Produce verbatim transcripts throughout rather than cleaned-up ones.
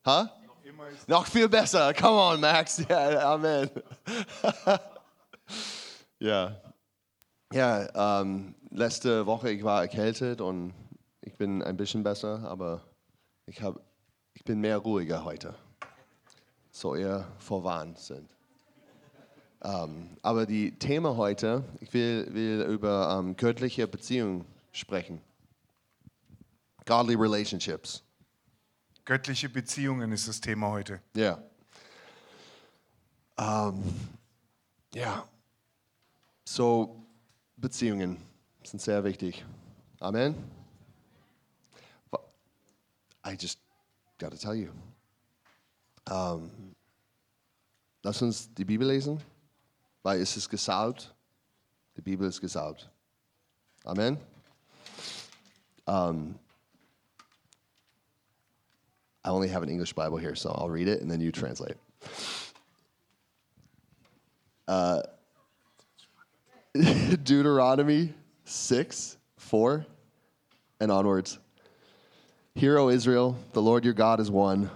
Huh? Noch viel besser. Come on, Max. Ja, Amen. Ja. Ja, ähm, letzte Woche ich war erkältet und ich bin ein bisschen besser, aber ich, hab, ich bin mehr ruhiger heute. So ihr vorwarnt sind. Ähm, aber die Thema heute, ich will, will über ähm, göttliche Beziehungen sprechen. Godly relationships. Göttliche Beziehungen ist das Thema heute. Ja. Ähm, ja. So, Beziehungen sind sehr wichtig. Amen. I just got to tell you. Um, lass uns die Bibel lesen, weil es ist gesalbt. Die Bibel ist gesalbt. Amen. Um, I only have an English Bible here, so I'll read it and then you translate. Uh, Deuteronomy six, four, and onwards. Hear, O Israel, the Lord your God is one.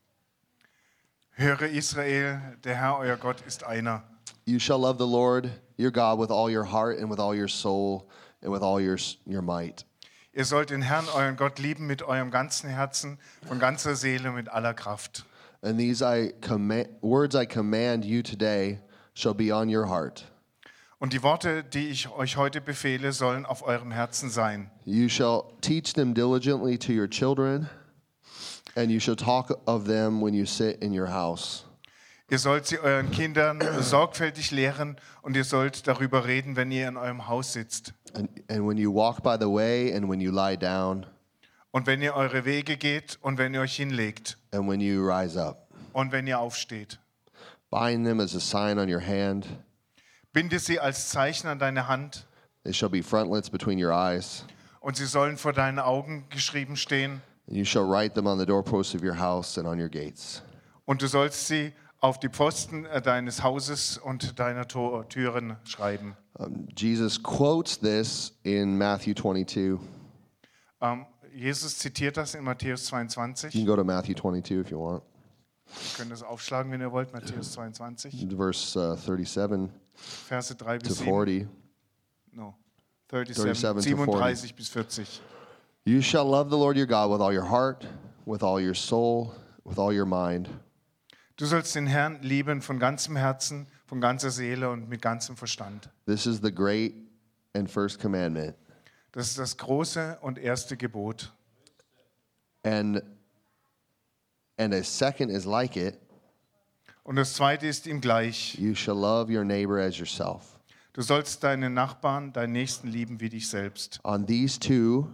Höre Israel, der Herr, euer Gott, ist einer. You shall love the Lord your God with all your heart and with all your soul and with all your, your might. Ihr sollt den Herrn, euren Gott, lieben mit eurem ganzen Herzen, von ganzer Seele, mit aller Kraft. And these I command, words I command you today shall be on your heart. Und die Worte, die ich euch heute befehle, sollen auf eurem Herzen sein. You shall teach them diligently to your children, and you shall talk of them when you sit in your house. Ihr sollt sie euren Kindern sorgfältig lehren und ihr sollt darüber reden, wenn ihr in eurem Haus sitzt. And, and when you walk by the way and when you lie down Und wenn ihr eure Wege geht und wenn ihr euch hinlegt and when you rise up. und wenn ihr aufsteht. Bind them as a sign on your hand. Binde sie als Zeichen an deine Hand They shall be frontlets between your eyes. und sie sollen vor deinen Augen geschrieben stehen. And you shall write them on the doorposts of your house and on your gates. Und du sollst sie auf die Pfosten deines Hauses und deiner Tor- Türen schreiben. Um, Jesus quotes this in Matthew twenty-two. Ähm, Jesus zitiert das in Matthäus You zweiundzwanzig. can go to Matthew twenty-two if you want. Ihr könnt das aufschlagen, wenn ihr wollt. Matthäus zweiundzwanzig, Verse uh, thirty-seven Verse drei to bis sieben. forty. No. dreiunddreißig, thirty-seven to siebenunddreißig bis vierzig. You shall love the Lord your God with all your heart, with all your soul, with all your mind. Du sollst den Herrn lieben von ganzem Herzen, von ganzer Seele und mit ganzem Verstand. This is the great and first commandment. Das ist das große und erste Gebot. And and a second is like it. Und das zweite ist ihm gleich. You shall love your neighbor as yourself. Du sollst deinen Nachbarn, deinen Nächsten lieben wie dich selbst. On these two,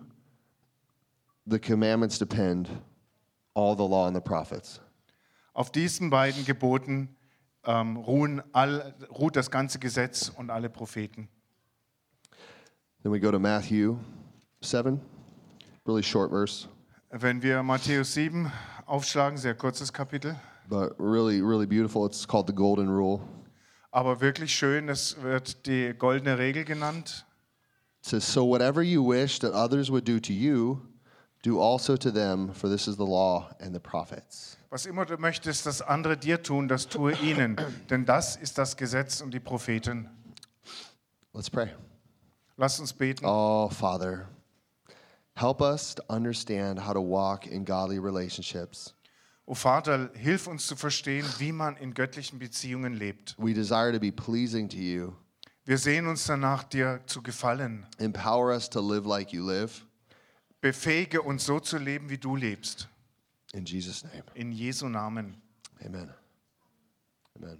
the commandments depend, all the law and the prophets. Auf diesen beiden Geboten ähm, ruhen all, ruht das ganze Gesetz und alle Propheten. Then we go to Matthew seven, really short verse, Wenn wir Matthäus sieben aufschlagen, sehr kurzes Kapitel, but really, really beautiful. It's called the Golden Rule. aber wirklich schön, es wird die goldene Regel genannt. It says, so whatever you wish that others would do to you, do also to them, for this is the law and the prophets. Was immer du möchtest, dass andere dir tun, das tue ihnen, denn das ist das Gesetz und die Propheten. Let's pray. Lass uns beten. Oh, Father, help us to understand how to walk in godly relationships. O Vater, hilf uns zu verstehen, wie man in göttlichen Beziehungen lebt. We desire to be pleasing to you. Wir sehen uns danach, dir zu gefallen. Empower us to live like you live. Befähige uns so zu leben, wie du lebst. In Jesus' name, In Jesu Namen. amen. Amen.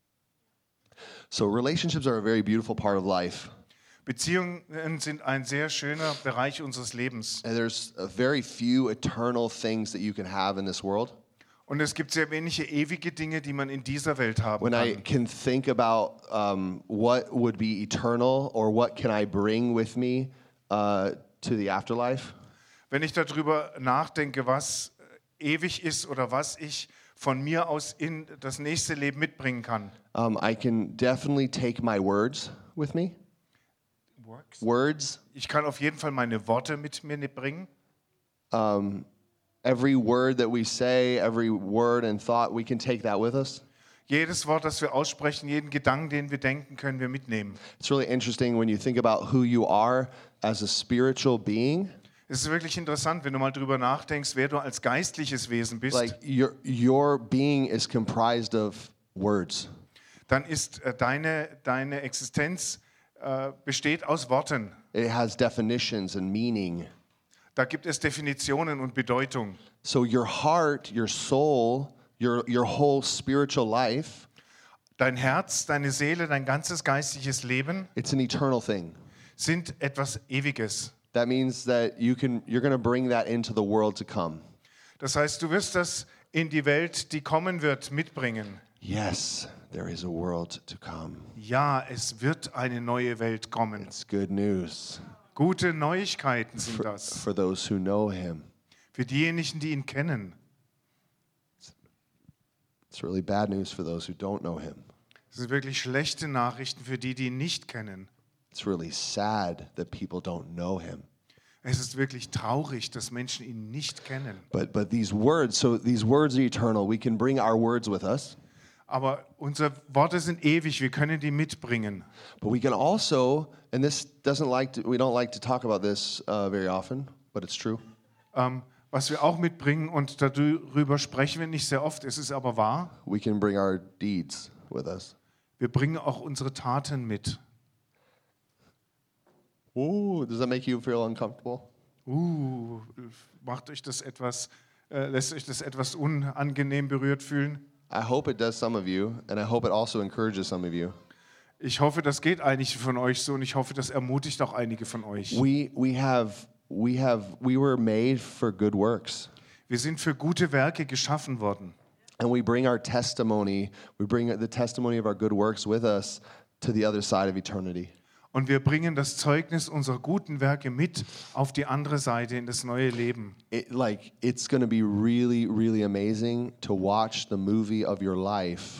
So relationships are a very beautiful part of life. Beziehungen sind ein sehr schöner Bereich unseres Lebens. And there's uh, very few eternal things that you can have in this world. Und es gibt sehr wenige ewige Dinge, die man in dieser Welt haben When I kann. can think about um, what would be eternal or what can I bring with me uh, to the afterlife, Wenn ich darüber nachdenke, was ewig ist oder was ich von mir aus in das nächste Leben mitbringen kann. um, I can definitely take my words with me. Words. Ich kann auf jeden Fall meine Worte mit mir bringen. Um, every word that we say, every word and thought, we can take that with us. Jedes Wort, das wir aussprechen, jeden Gedanken, den wir denken, können wir mitnehmen. It's really interesting when you think about who you are as a spiritual being. Es ist wirklich interessant, wenn du mal drüber nachdenkst, wer du als geistliches Wesen bist. Like your your being is comprised of words. Dann ist äh, deine, deine Existenz äh, besteht aus Worten. It has definitions and meaning. Da gibt es Definitionen und Bedeutung. So your heart, your soul, your your whole spiritual life, Dein Herz, deine Seele, dein ganzes geistliches Leben it's an eternal thing. sind etwas Ewiges. That means that you can you're going to bring that into the world to come. Das heißt, du wirst das in die Welt, die kommen wird, mitbringen. Yes, there is a world to come. Ja, es wird eine neue Welt kommen. It's good news Gute Neuigkeiten sind for, das. for those who know him. Für diejenigen, die ihn kennen. It's really bad news for those who don't know him. Das sind wirklich schlechte Nachrichten für die, die ihn nicht kennen. It's really sad that people don't know him. Es ist wirklich traurig, dass Menschen ihn nicht kennen. But but these words, so these words are eternal. We can bring our words with us, Aber unsere Worte sind ewig, wir können die mitbringen. but we can also, and this doesn't like to, we don't like to talk about this uh, very often, but it's true. Ähm, was wir auch mitbringen, und darüber sprechen wir nicht sehr oft, es ist aber wahr, We can bring our deeds with us. wir bringen auch unsere Taten mit. Ooh, does that make you feel uncomfortable? Uh, macht euch das etwas, äh, lässt euch das etwas unangenehm berührt fühlen? I hope it does some of you, and I hope it also encourages some of you. Ich hoffe, das geht einigen von euch so, und ich hoffe, das ermutigt auch einige von euch. We we have we have we were made for good works. Wir sind für gute Werke geschaffen worden. And we bring our testimony, we bring the testimony of our good works with us to the other side of eternity. Und wir bringen das Zeugnis unserer guten Werke mit auf die andere Seite in das neue Leben. It, like it's going to be really, really amazing to watch the movie of your life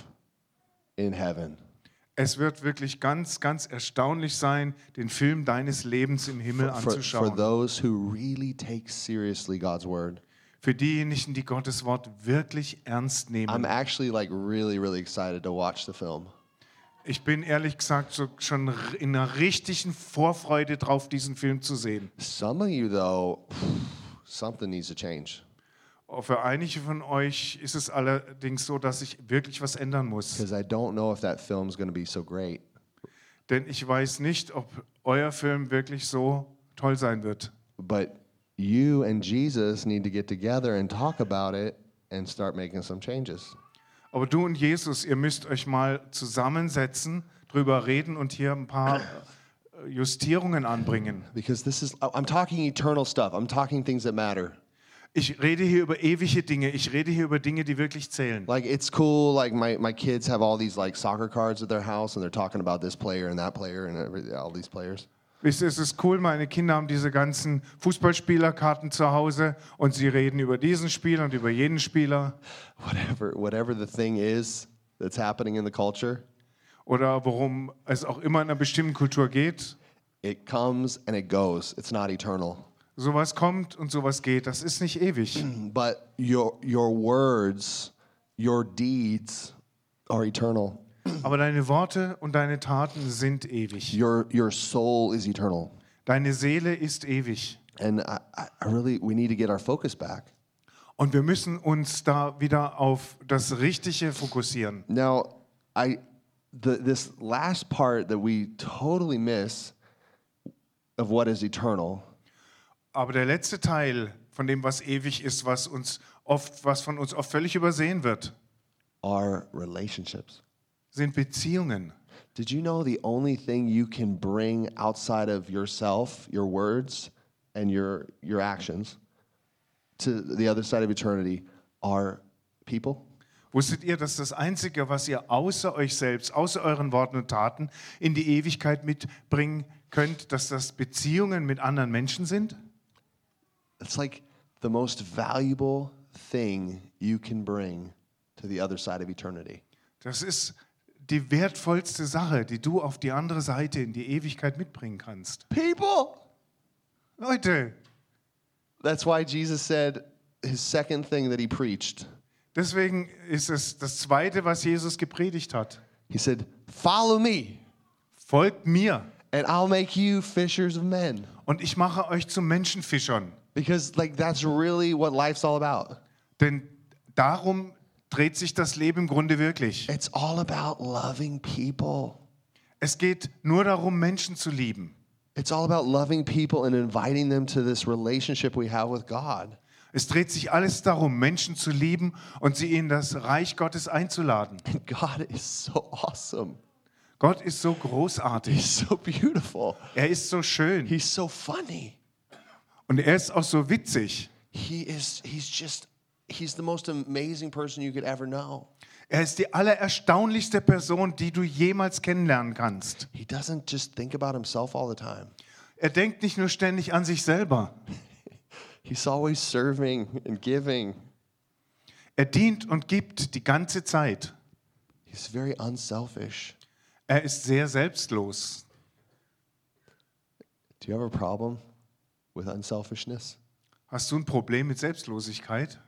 in heaven. Es wird wirklich ganz, ganz erstaunlich sein, den Film deines Lebens im Himmel For, for, for anzuschauen. those who really take seriously God's word. Für diejenigen, die Gottes Wort wirklich ernst I'm nehmen. actually like really, really excited to watch the film. Ich bin ehrlich gesagt so schon in einer richtigen Vorfreude drauf, diesen Film zu sehen. Some of you though, something needs to change. Für einige von euch ist es allerdings so, dass sich wirklich was ändern muss. Because I don't know if that film's going to be so great. Denn ich weiß nicht, ob euer Film wirklich so toll sein wird. But you and Jesus need to get together and talk about it and start making some changes. Aber du und Jesus, ihr müsst euch mal zusammensetzen, drüber reden und hier ein paar äh, Justierungen anbringen. Because this is, I'm talking eternal stuff. I'm talking things that matter. Ich rede hier über ewige Dinge. Ich rede hier über Dinge, die wirklich zählen. Like, it's cool, like, my, my kids have all these, like, soccer cards at their house, and they're talking about this player and that player and every, all these players. Wisst ihr, es ist cool, meine Kinder haben diese ganzen Fußballspielerkarten zu Hause und sie reden über diesen Spieler und über jeden Spieler. Whatever, whatever the thing is that's happening in the culture, Oder worum es auch immer in einer bestimmten Kultur geht. it comes and it goes. It's not eternal. Sowas kommt und sowas geht. Das ist nicht ewig. But your, your words, your deeds are eternal. Aber deine Worte und deine Taten sind ewig. Your, your soul is eternal. Deine Seele ist ewig. And I, I really, we need to get our focus back. Und wir müssen uns da wieder auf das Richtige fokussieren. Now, I, the, this last part that we totally miss of what is eternal Aber der letzte Teil von dem, was ewig ist, was uns oft, was von uns oft völlig übersehen wird, are relationships. sind Beziehungen. Did you know the only thing you can bring outside of yourself, your words, and your, your actions to the other side of eternity are people? Wusstet ihr, dass das Einzige, was ihr außer euch selbst, außer euren Worten und Taten in die Ewigkeit mitbringen könnt, dass das Beziehungen mit anderen Menschen sind? It's like the most valuable thing you can bring to the other side of eternity. Das ist die wertvollste Sache, die du auf die andere Seite in die Ewigkeit mitbringen kannst. People! Leute, That's why Jesus said, his second thing that he preached. Deswegen ist es das Zweite, was Jesus gepredigt hat. He said, "Follow me, Folgt mir and I'll make you fishers of men." und ich mache euch zu Menschenfischern. Because like that's really what life's all about. Denn darum dreht sich das Leben im Grunde wirklich. It's all about loving people. Es geht nur darum, Menschen zu lieben. It's all about loving people and inviting them to this relationship we have with God. Es dreht sich alles darum, Menschen zu lieben und sie in das Reich Gottes einzuladen. And God is so awesome. Gott ist so großartig. He's so beautiful. Er ist so schön. He's so funny. Und er ist auch so witzig. He is he's just he's the most amazing person you could ever know. Er ist die allererstaunlichste Person, die du jemals kennenlernen kannst. He doesn't just think about himself all the time. Er denkt nicht nur ständig an sich selber. He's always serving and giving. Er dient und gibt die ganze Zeit. He's very unselfish. Er ist sehr selbstlos. Do you have a problem with unselfishness? Hast du ein Problem mit Selbstlosigkeit?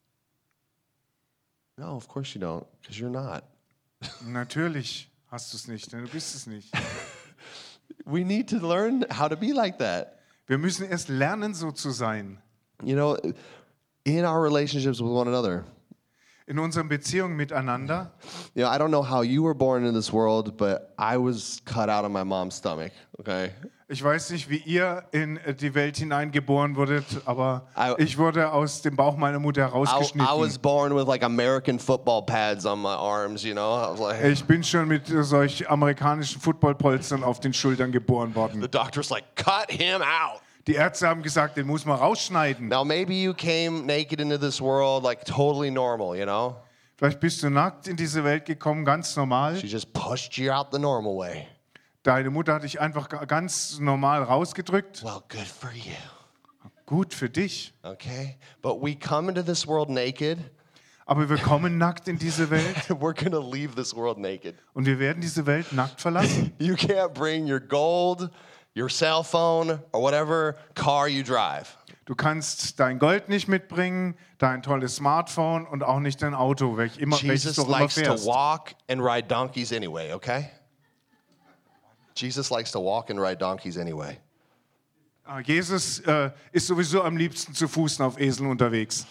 No, of course you don't, because you're not. Natürlich hast du es nicht, denn du bist es nicht. We need to learn how to be like that. Wir müssen erst lernen, so zu sein. You know, in our relationships with one another. In unseren Beziehungen miteinander. You know, I don't know how you were born in this world, but I was cut out of my mom's stomach, okay? Ich weiß nicht, wie ihr in die Welt hineingeboren wurdet, aber I- ich wurde aus dem Bauch meiner Mutter I, I was herausgeschnitten. born with like American football pads on my arms, you know? I was like, Ich bin schon mit solch amerikanischen Footballpolstern auf den Schultern geboren worden. the doctor's like, cut him out. Die Ärzte haben gesagt, den muss man rausschneiden. Now, maybe you came naked into this world like totally normal, you know? Vielleicht bist du nackt in diese Welt gekommen, ganz normal. She just pushed you out the normal way. Deine Mutter hat dich einfach ga- ganz normal rausgedrückt. Well, good for you, Gut für dich. okay? But we come into this world naked, Aber wir kommen nackt in diese Welt and we're gonna leave this world naked. und wir werden diese Welt nackt verlassen. You can't bring your gold, your cell phone, or whatever car you drive. Du kannst dein Gold nicht mitbringen, dein tolles Smartphone und auch nicht dein Auto, welch immer, welches Jesus du auch immer likes to fährst. walk and ride donkeys anyway, okay? Jesus likes to walk and ride donkeys anyway. Ah, Jesus äh, ist sowieso am liebsten zu Fuß auf Eseln unterwegs.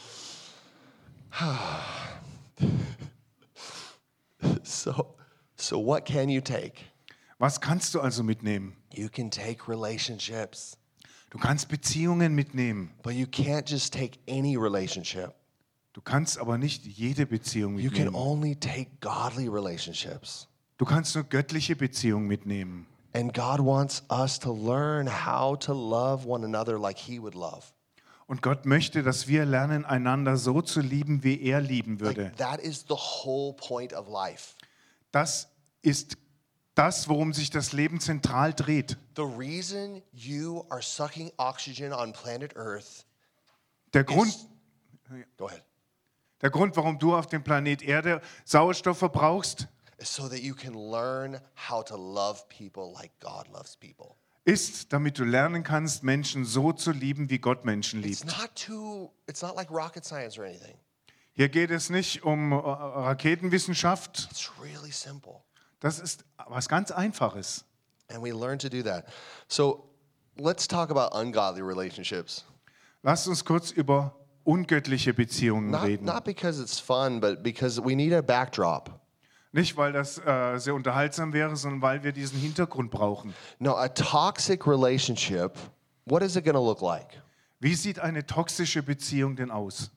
So, so what can you take? Was kannst du also mitnehmen? You can take relationships, Du kannst Beziehungen mitnehmen. but you can't just take any relationship. Du kannst aber nicht jede Beziehung You can mitnehmen. only take godly relationships. Du kannst nur göttliche Beziehungen mitnehmen. And God wants us to learn how to love one another like He would love. Und Gott möchte, dass wir lernen, einander so zu lieben, wie er lieben würde. Like, that is the whole point of life. Das ist das, worum sich das Leben zentral dreht. The reason you are sucking oxygen on planet Earth Der Grund, is... Go ahead. der Grund, warum du auf dem Planet Erde Sauerstoff verbrauchst, Is so that you can learn how to love people like God loves people. ist, damit du lernen kannst, Menschen so zu lieben, wie Gott Menschen It's liebt. not too, it's not like rocket science or anything. Hier geht es nicht um äh, Raketenwissenschaft. It's really simple. Das ist was ganz Einfaches. And we learn to do that. So let's talk about ungodly relationships. Lasst uns kurz über ungöttliche Beziehungen Not, reden. not because it's fun, but because we need a backdrop. Nicht, weil das äh, sehr unterhaltsam wäre, sondern weil wir diesen Hintergrund brauchen. No, a toxic relationship, what is it going to look like? Wie sieht eine toxische Beziehung denn aus?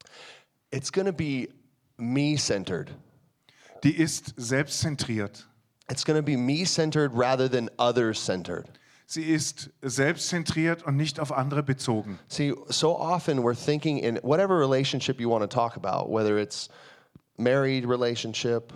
It's going to be me-centered. Die ist selbstzentriert. It's going to be me-centered rather than others-centered. Sie ist selbstzentriert und nicht auf andere bezogen. See, so often we're thinking in whatever relationship you want to talk about, whether it's married relationship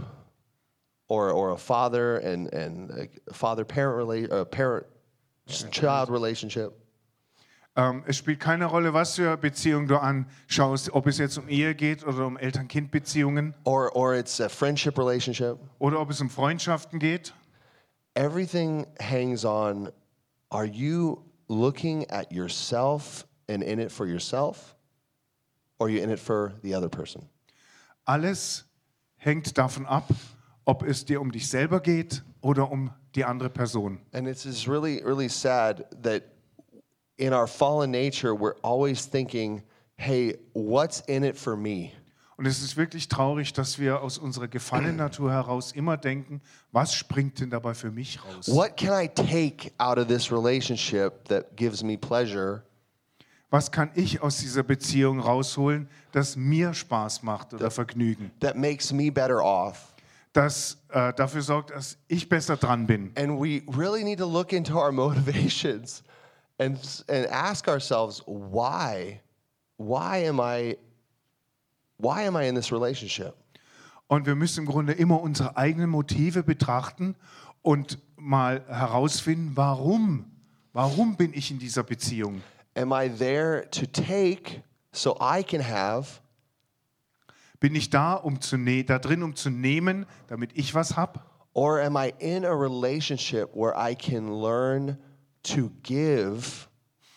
or or a father and and a father-parent rela- uh, parent-child relationship, Ähm, es spielt keine Rolle, was für Beziehung du anschaust, ob es jetzt um Ehe geht oder um Eltern-Kind-Beziehungen or or it's a friendship relationship. oder ob es um Freundschaften geht. Everything hangs on, are you looking at yourself and in it for yourself? or are you in it for the other person? Alles hängt davon ab, ob es dir um dich selber geht oder um die andere Person. And it's just really, really sad that in our fallen nature, we're always thinking, hey, what's in it for me? Und es ist wirklich traurig, dass wir aus unserer gefallenen Natur heraus immer denken, was springt denn dabei für mich raus? What can I take out of this relationship that gives me pleasure? Was kann ich aus dieser Beziehung rausholen, das mir Spaß macht oder Vergnügen? That makes me better off? Das äh, dafür sorgt, dass ich besser dran bin. And we really need to look into our motivations and, and ask ourselves, why? Why am I, why am I in this relationship? Und wir müssen im Grunde immer unsere eigenen Motive betrachten und mal herausfinden, warum? Warum bin ich in dieser Beziehung? Am I there to take so I can have? Bin ich da, um zu ne- da drin, um zu nehmen, damit ich was habe? Or am I in a relationship where I can learn to give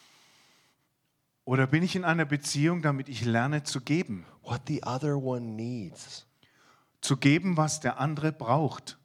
Oder bin ich in einer Beziehung, damit ich lerne zu geben? what the other one needs? Zu geben, was der andere braucht.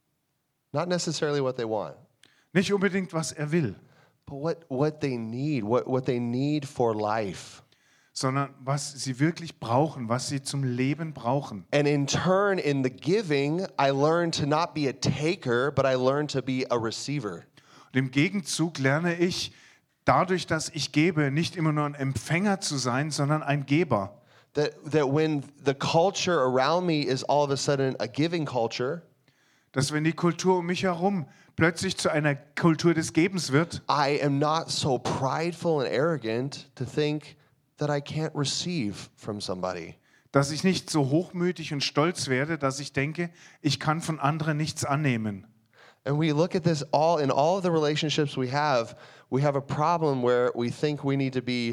Not necessarily what they want, Nicht unbedingt, was er will, but what, what they need, what, what they need for life. sondern was sie wirklich brauchen, was sie zum Leben brauchen. And in turn, in the giving, I learn to not be a taker, but I learn to be a receiver. Und im Gegenzug lerne ich, dadurch, dass ich gebe, nicht immer nur ein Empfänger zu sein, sondern ein Geber. That, that when the culture around me is all of a sudden a giving culture, Dass wenn die Kultur um mich herum plötzlich zu einer Kultur des Gebens wird, I am not so prideful and arrogant to think that I can't receive from somebody. dass ich nicht so hochmütig und stolz werde, dass ich denke, ich kann von anderen nichts annehmen. And we look at this all in all of the relationships we have, we have a problem where we think we need to be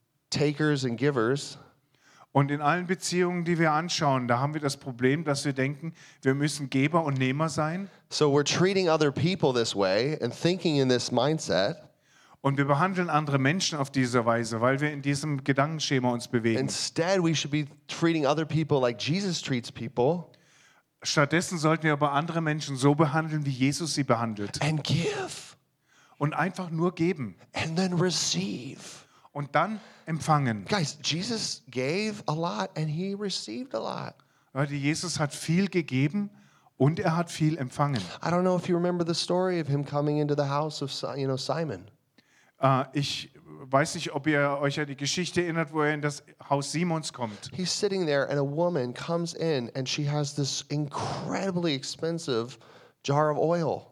takers and givers. Und in allen Beziehungen, die wir anschauen, da haben wir das Problem, dass wir denken, wir müssen Geber und Nehmer sein. So we're treating other people this way and thinking in this mindset. Und wir behandeln andere Menschen auf diese Weise, weil wir in diesem Gedankenschema uns bewegen. Instead, we should be treating other people like Jesus treats people Stattdessen sollten wir aber andere Menschen so behandeln, wie Jesus sie behandelt. and give Und einfach nur geben and then receive. und dann empfangen. Guys, Jesus gave a lot and he received a lot. Leute, Jesus hat viel gegeben und er hat viel empfangen. I don't know if you remember the story of him coming into the house of Si- you know Simon. Äh, ich weiß nicht, ob ihr euch an die Geschichte erinnert, wo er in das Haus Simons kommt. He's sitting there and a woman comes in and she has this incredibly expensive jar of oil.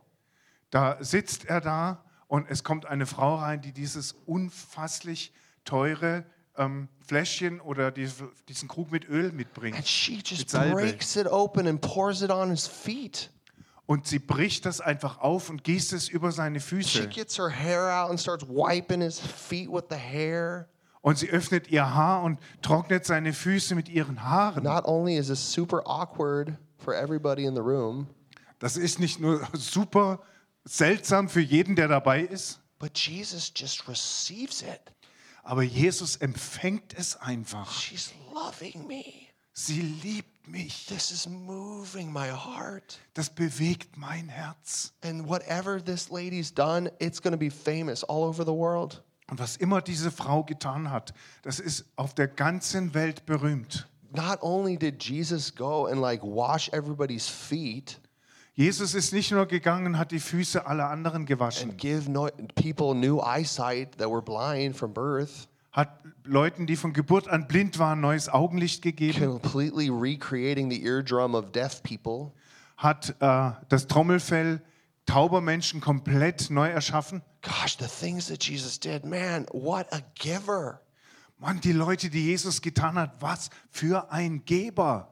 Da sitzt er da und es kommt eine Frau rein, die dieses unfasslich teure ähm, Fläschchen oder dies- diesen Krug mit Öl mitbringt. And she Mit just Salbe. breaks it open and pours it on his feet. Und sie bricht das einfach auf und gießt es über seine She Füße. gets her hair out and starts wiping his feet with the hair. Und sie öffnet ihr Haar und trocknet seine Füße mit ihren Haaren. Not only is this super awkward for everybody in the room, Das ist nicht nur super seltsam für jeden, der dabei ist, but Jesus just receives it. aber Jesus empfängt es einfach. She's loving me. Sie liebt mich. This is moving my heart. Das bewegt mein Herz. And whatever this lady's done, it's going to be famous all over the world. Und was immer diese Frau getan hat, das ist auf der ganzen Welt berühmt. Not only did Jesus go and like wash everybody's feet Jesus ist nicht nur gegangen und hat die Füße aller anderen gewaschen, and give no, people new eyesight that were blind from birth, hat Leuten, die von Geburt an blind waren, neues Augenlicht gegeben, completely recreating the eardrum of deaf people, hat äh, das Trommelfell tauber Menschen komplett neu erschaffen. gosh, the things that Jesus did, man, what a giver. Mann, die Leute, die Jesus getan hat, was für ein Geber.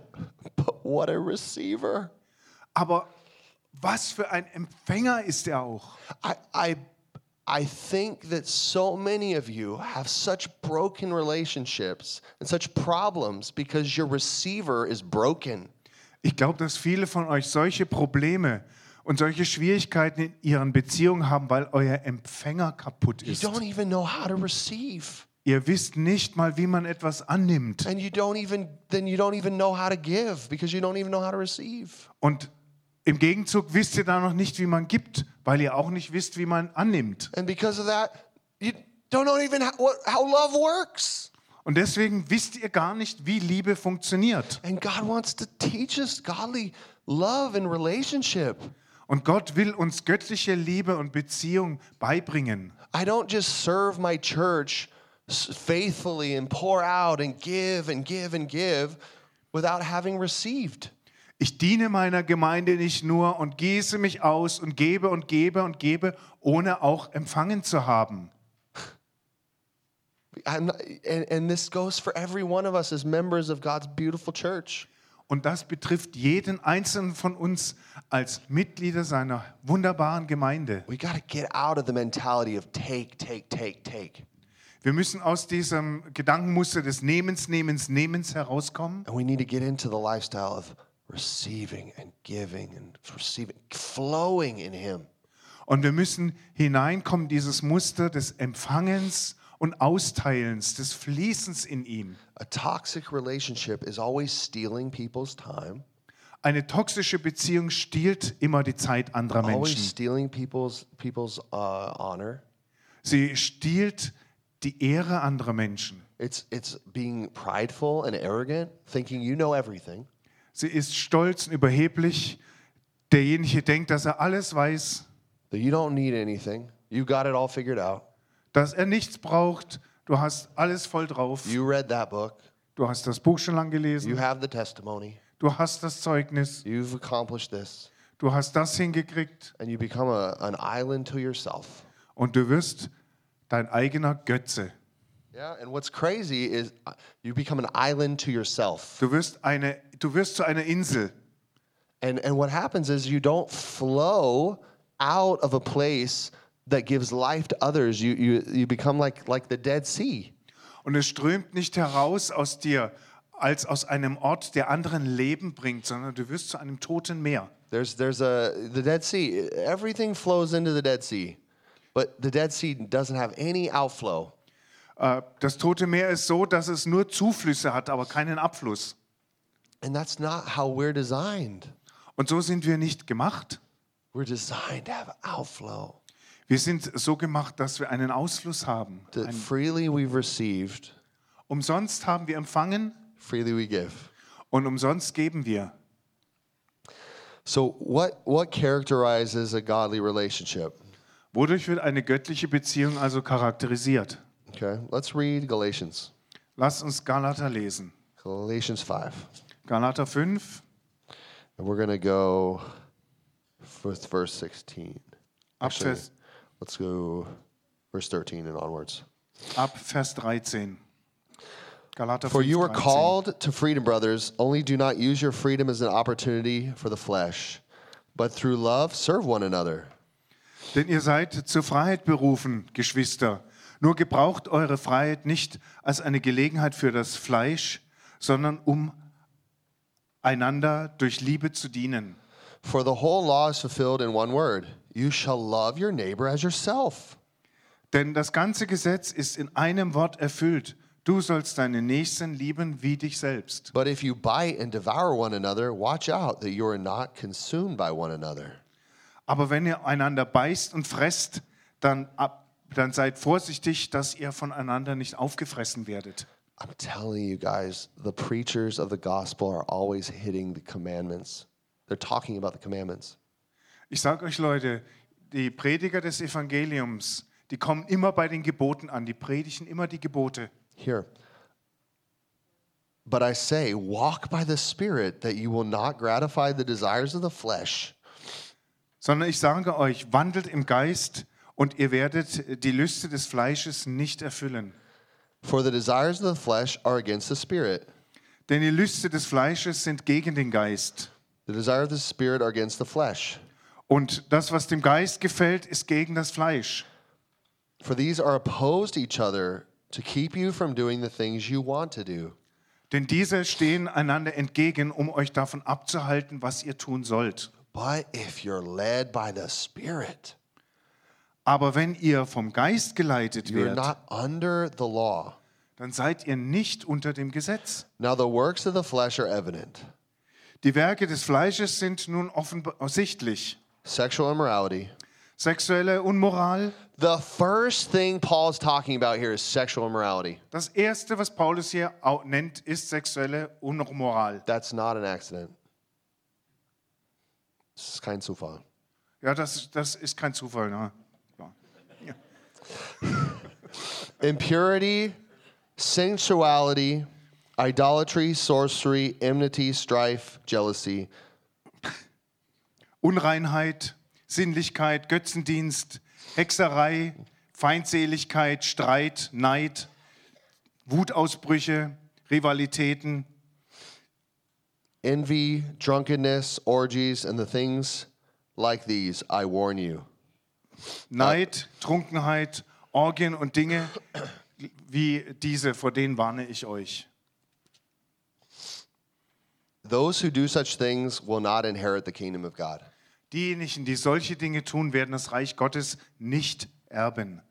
But what a receiver. Aber was für ein Empfänger ist er auch. I, I, I think that so many of you have such broken relationships and such problems because your receiver is broken. Ich glaube, dass viele von euch solche Probleme und solche Schwierigkeiten in ihren Beziehungen haben, weil euer Empfänger kaputt You ist. don't even know how to receive. Ihr wisst nicht mal, wie man etwas annimmt. And you don't even then you don't even know how to give because you don't even know how to receive. Und im Gegenzug wisst ihr da noch nicht, wie man gibt, weil ihr auch nicht wisst, wie man annimmt. And because of that, you don't know even how, what, how love works. Und deswegen wisst ihr gar nicht, wie Liebe funktioniert. And God wants to teach us godly love and relationship. Und Gott will uns göttliche Liebe und Beziehung beibringen. I don't just serve my church faithfully and pour out and give and give and give without having received. Ich diene meiner Gemeinde nicht nur und gieße mich aus und gebe und gebe und gebe, ohne auch empfangen zu haben. I'm not, and, and this goes for every one of us as members of God's beautiful church. Und das betrifft jeden einzelnen von uns als Mitglieder seiner wunderbaren Gemeinde. We got to get out of the mentality of take, take, take, take. Wir müssen aus diesem Gedankenmuster des Nehmens, Nehmens, Nehmens herauskommen. And we need to get into the lifestyle of receiving and giving and receiving, flowing in Him. Und wir müssen hineinkommen, dieses Muster des Empfangens und Austeilens, des Fließens in ihm. A toxic relationship is always stealing people's time, Eine toxische Beziehung stiehlt immer die Zeit anderer always Menschen. stealing people's people's uh, honor. Sie stiehlt die Ehre anderer Menschen. It's it's being prideful and arrogant, thinking you know everything. Sie ist stolz und überheblich. Derjenige denkt, dass er alles weiß, That you don't need anything. You got it all figured out. dass er nichts braucht. Du hast alles voll drauf. You read that book. Du hast das Buch schon lang You gelesen. have the testimony. Du hast das Zeugnis. You've accomplished this. Du hast das hingekriegt. And you become a, an island to yourself. Und du wirst dein eigener Götze. Yeah, and what's crazy is uh, you become an island to yourself. Du wirst, eine, du wirst zu einer Insel. And and what happens is you don't flow out of a place that gives life to others. You you you become like like the Dead Sea. Und es strömt nicht heraus aus dir als aus einem Ort, der anderen Leben bringt, sondern du wirst zu einem toten Meer. There's there's a the Dead Sea. Everything flows into the Dead Sea. But the Dead Sea doesn't have any outflow. Äh, Das Tote Meer ist so, dass es nur Zuflüsse hat, aber keinen Abfluss. And that's not how we're designed. Und so sind wir nicht gemacht. We're designed to have outflow. Wir sind so gemacht, dass wir einen Ausfluss haben. That Ein, freely we've received, umsonst haben wir empfangen freely we give. und umsonst geben wir. So what what characterizes a godly relationship? Wodurch wird eine göttliche Beziehung also charakterisiert? Okay, let's read Galatians. Lass uns Galater lesen. Galatians five. Galater fünf, And we're going to go with verse sixteen. ab Actually, Vers, let's go verse thirteen and onwards. ab Vers dreizehn. Galater For you fünf, are dreizehn. called to freedom, brothers, only do not use your freedom as an opportunity for the flesh, but through love serve one another. Denn ihr seid zur Freiheit berufen, Geschwister. Nur gebraucht eure Freiheit nicht als eine Gelegenheit für das Fleisch, sondern um einander durch Liebe zu dienen. For the whole law is fulfilled in one word. You shall love your neighbor as yourself. Denn das ganze Gesetz ist in einem Wort erfüllt. Du sollst deinen Nächsten lieben wie dich selbst. But if you bite and devour one another, watch out that you are not consumed by one another. Aber wenn ihr einander beißt und fresst, dann, ab, dann seid vorsichtig, dass ihr voneinander nicht aufgefressen werdet. I'm telling you guys, the preachers of the gospel are always hitting the commandments. They're talking about the commandments. Ich sage euch Leute, die Prediger des Evangeliums, die kommen immer bei den Geboten an, die predigen immer die Gebote. Here. But I say, walk by the Spirit, that you will not gratify the desires of the flesh. Sondern ich sage euch, wandelt im Geist und ihr werdet die Lüste des Fleisches nicht erfüllen. For the desires of the flesh are against the Spirit. Denn die Lüste des Fleisches sind gegen den Geist. The desires of the Spirit are against the flesh. Und das, was dem Geist gefällt, ist gegen das Fleisch. For these are opposed to each other to keep you from doing the things you want to do. Denn diese stehen einander entgegen, um euch davon abzuhalten, was ihr tun sollt. But if you're led by the Spirit, Aber wenn ihr vom Geist geleitet you're werdet, not under the law. dann seid ihr nicht unter dem Gesetz. Now the works of the flesh are evident: Die Werke des Fleisches sind nun offensichtlich. sexual immorality. Sexuelle Unmoral. The first thing Paul's talking about here is sexual immorality. Das Erste, was Paulus hier au- nennt, ist sexuelle Unmoral. That's not an accident. Das ist kein Zufall. Ja, das, das ist kein Zufall. Ne? Ja. Impurity, sensuality, idolatry, sorcery, enmity, strife, jealousy. Unreinheit, Sinnlichkeit, Götzendienst, Hexerei, Feindseligkeit, Streit, Neid, Wutausbrüche, Rivalitäten, Envy, drunkenness, orgies, and the things like these, I warn you. Neid, Trunkenheit, Orgien und Dinge wie diese, vor denen warne ich euch. Those who do such things will not inherit the kingdom of God. Diejenigen, die solche Dinge tun, werden das Reich Gottes nicht erben.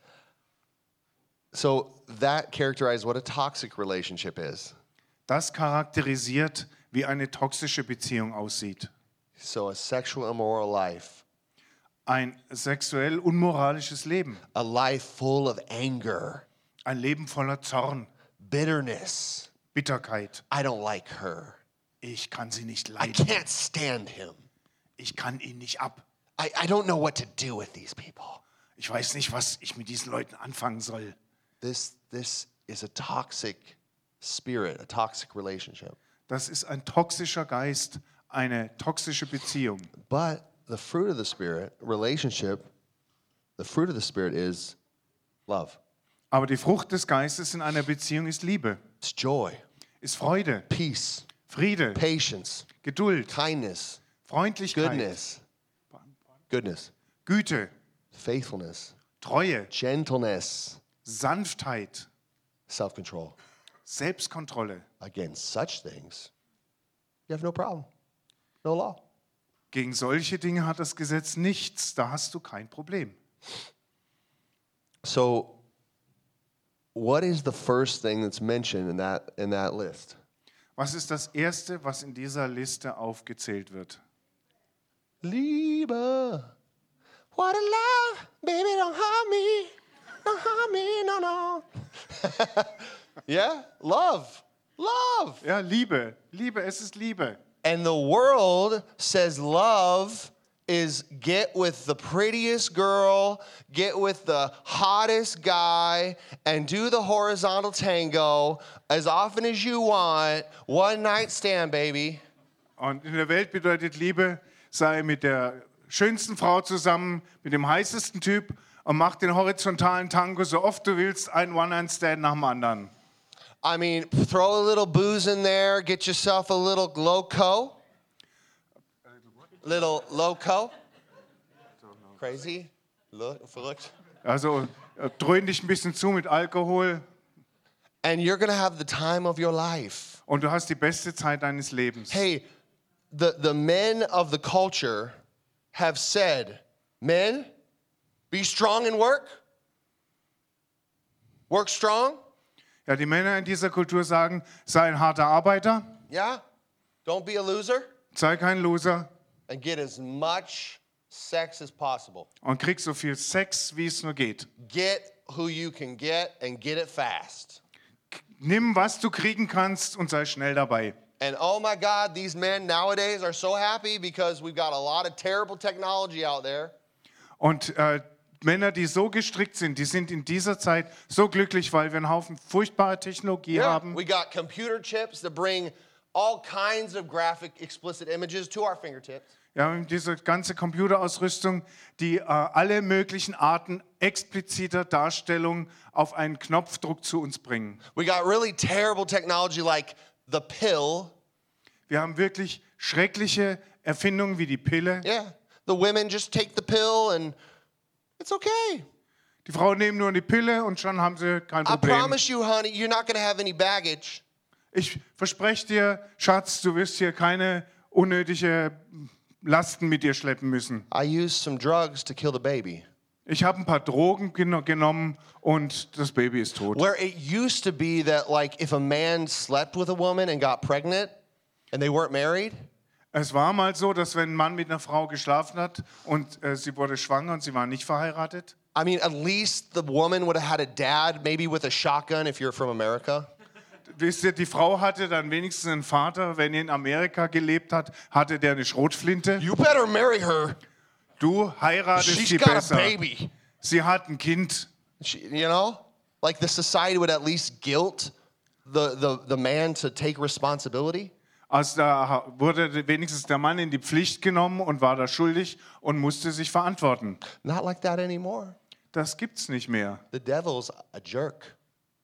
So that characterizes what a toxic relationship is. Das charakterisiert, wie eine toxische Beziehung aussieht. So a sexual immoral life, Ein sexuell unmoralisches Leben. a life full of anger, Ein Leben voller Zorn, bitterness. Bitterkeit. I don't like her. Ich kann sie nicht I leiden. can't stand him. Ich kann ihn nicht ab. I, I don't know what to do with these people. Ich weiß nicht, was ich mit diesen Leuten anfangen soll. This, this is a toxic spirit, a toxic relationship. Das ist ein toxischer Geist, eine toxische Beziehung. But the fruit of the Spirit, relationship, the fruit of the Spirit is love. Aber die Frucht des Geistes in einer Beziehung ist Liebe, It's joy, ist Freude, peace, Friede, patience, Geduld, kindness, Freundlichkeit, goodness, goodness, Güte, faithfulness, Treue, gentleness, Sanftheit, self-control. Selbstkontrolle. Against such things, you have no problem, no law. Gegen solche Dinge hat das Gesetz nichts, da hast du kein Problem. So, what is the first thing that's mentioned in that in that list? Was ist das Erste, was in dieser Liste aufgezählt wird? Liebe. What a love, baby, don't harm me. Don't harm me, no, no. Yeah, love, love. Ja, Liebe. Liebe, es ist Liebe. And the world says love is get with the prettiest girl, get with the hottest guy, and do the horizontal tango as often as you want. One night stand, baby. Und in der Welt bedeutet Liebe, sei mit der schönsten Frau zusammen, mit dem heißesten Typ und mach den horizontalen Tango so oft du willst, ein One-Night-Stand nach dem anderen. I mean, throw a little booze in there, get yourself a little loco. Little loco. Crazy? Look, verrückt. Also äh, dröhn dich ein bisschen zu mit Alkohol And you're going to have the time of your life. und du hast die beste Zeit deines Lebens. Hey, the, the men of the culture have said, men, be strong in work. Work strong. Ja, die Männer in dieser Kultur sagen, sei ein harter Arbeiter, Yeah. Don't be a loser. sei kein Loser And get as much sex as possible. und krieg so viel Sex, wie es nur geht. Get who you can get and get it fast. Nimm, was du kriegen kannst und sei schnell dabei. And oh my God, these men nowadays are so happy because we've got a lot of terrible technology out there. Und äh, Männer, die so gestrickt sind, die sind in dieser Zeit so glücklich, weil wir einen Haufen furchtbare Technologie haben. We got computer chips that bring all kinds of graphic, explicit images to our fingertips. Wir haben diese ganze Computerausrüstung, die äh, alle möglichen Arten expliziter Darstellung auf einen Knopfdruck zu uns bringen. We got really terrible technology like the pill. Wir haben wirklich schreckliche Erfindungen wie die Pille. Yeah. The women just take the pill and it's okay. Die Frauen nehmen nur die Pille und schon haben sie kein I Problem. promise you, honey, you're not going to have any baggage. Ich verspreche dir, Schatz, du wirst hier keine unnötige Lasten mit dir schleppen müssen. I used some drugs to kill the baby. Ich habe ein paar Drogen geno- genommen und das Baby ist tot. Where it used to be that like if a man slept with a woman and got pregnant and they weren't married, Es war mal so, dass wenn ein Mann mit einer Frau geschlafen hat und äh, sie wurde schwanger und sie war nicht verheiratet, I mean, at least the woman would have had a dad, maybe with a shotgun if you're from America. wisst ihr, die Frau hatte dann wenigstens einen Vater, wenn er in Amerika gelebt hat, hatte der eine Schrotflinte. You better marry her. Du heiratest She's sie got a besser. baby. Sie hat ein Kind. She, you know? Like the society would at least guilt the, the, the man to take responsibility. Also da wurde wenigstens der Mann in die Pflicht genommen und war da schuldig und musste sich verantworten. Not like that anymore. Das gibt's nicht mehr. The devil's a jerk.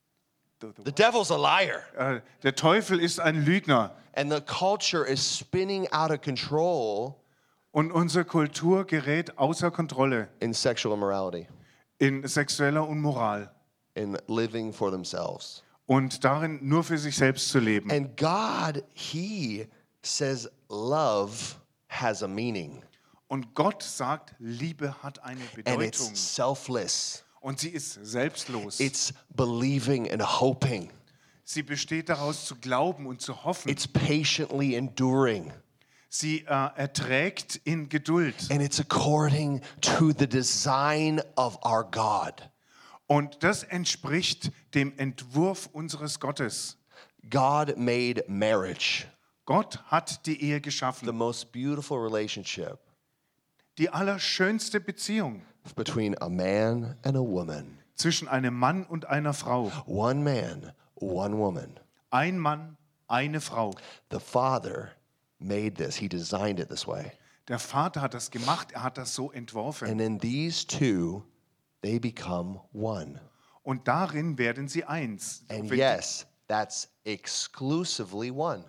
The devil's a liar. Äh, Der Teufel ist ein Lügner And the culture is spinning out of control und unsere Kultur gerät außer Kontrolle in sexual immorality, in sexueller Unmoral in living for themselves. und darin nur für sich selbst zu leben. And God, He says love has a meaning. Und Gott sagt, Liebe hat eine And Bedeutung it's selfless. und sie ist selbstlos. It's believing and hoping. Sie besteht daraus zu glauben und zu hoffen. It's patiently enduring. Sie äh, erträgt in Geduld. And it's according to the design of our God. Und das entspricht dem Entwurf unseres Gottes. God made marriage Gott hat die Ehe the geschaffen. most beautiful relationship Die allerschönste Beziehung between a man and a woman. zwischen einem Mann und einer Frau. One man, one woman. Ein Mann, eine Frau. The Father made this. He designed it this way. Der Vater hat das gemacht, er hat das so entworfen. And in these two, they become one. Und darin werden sie eins. And Wenn- yes, that's exclusively one.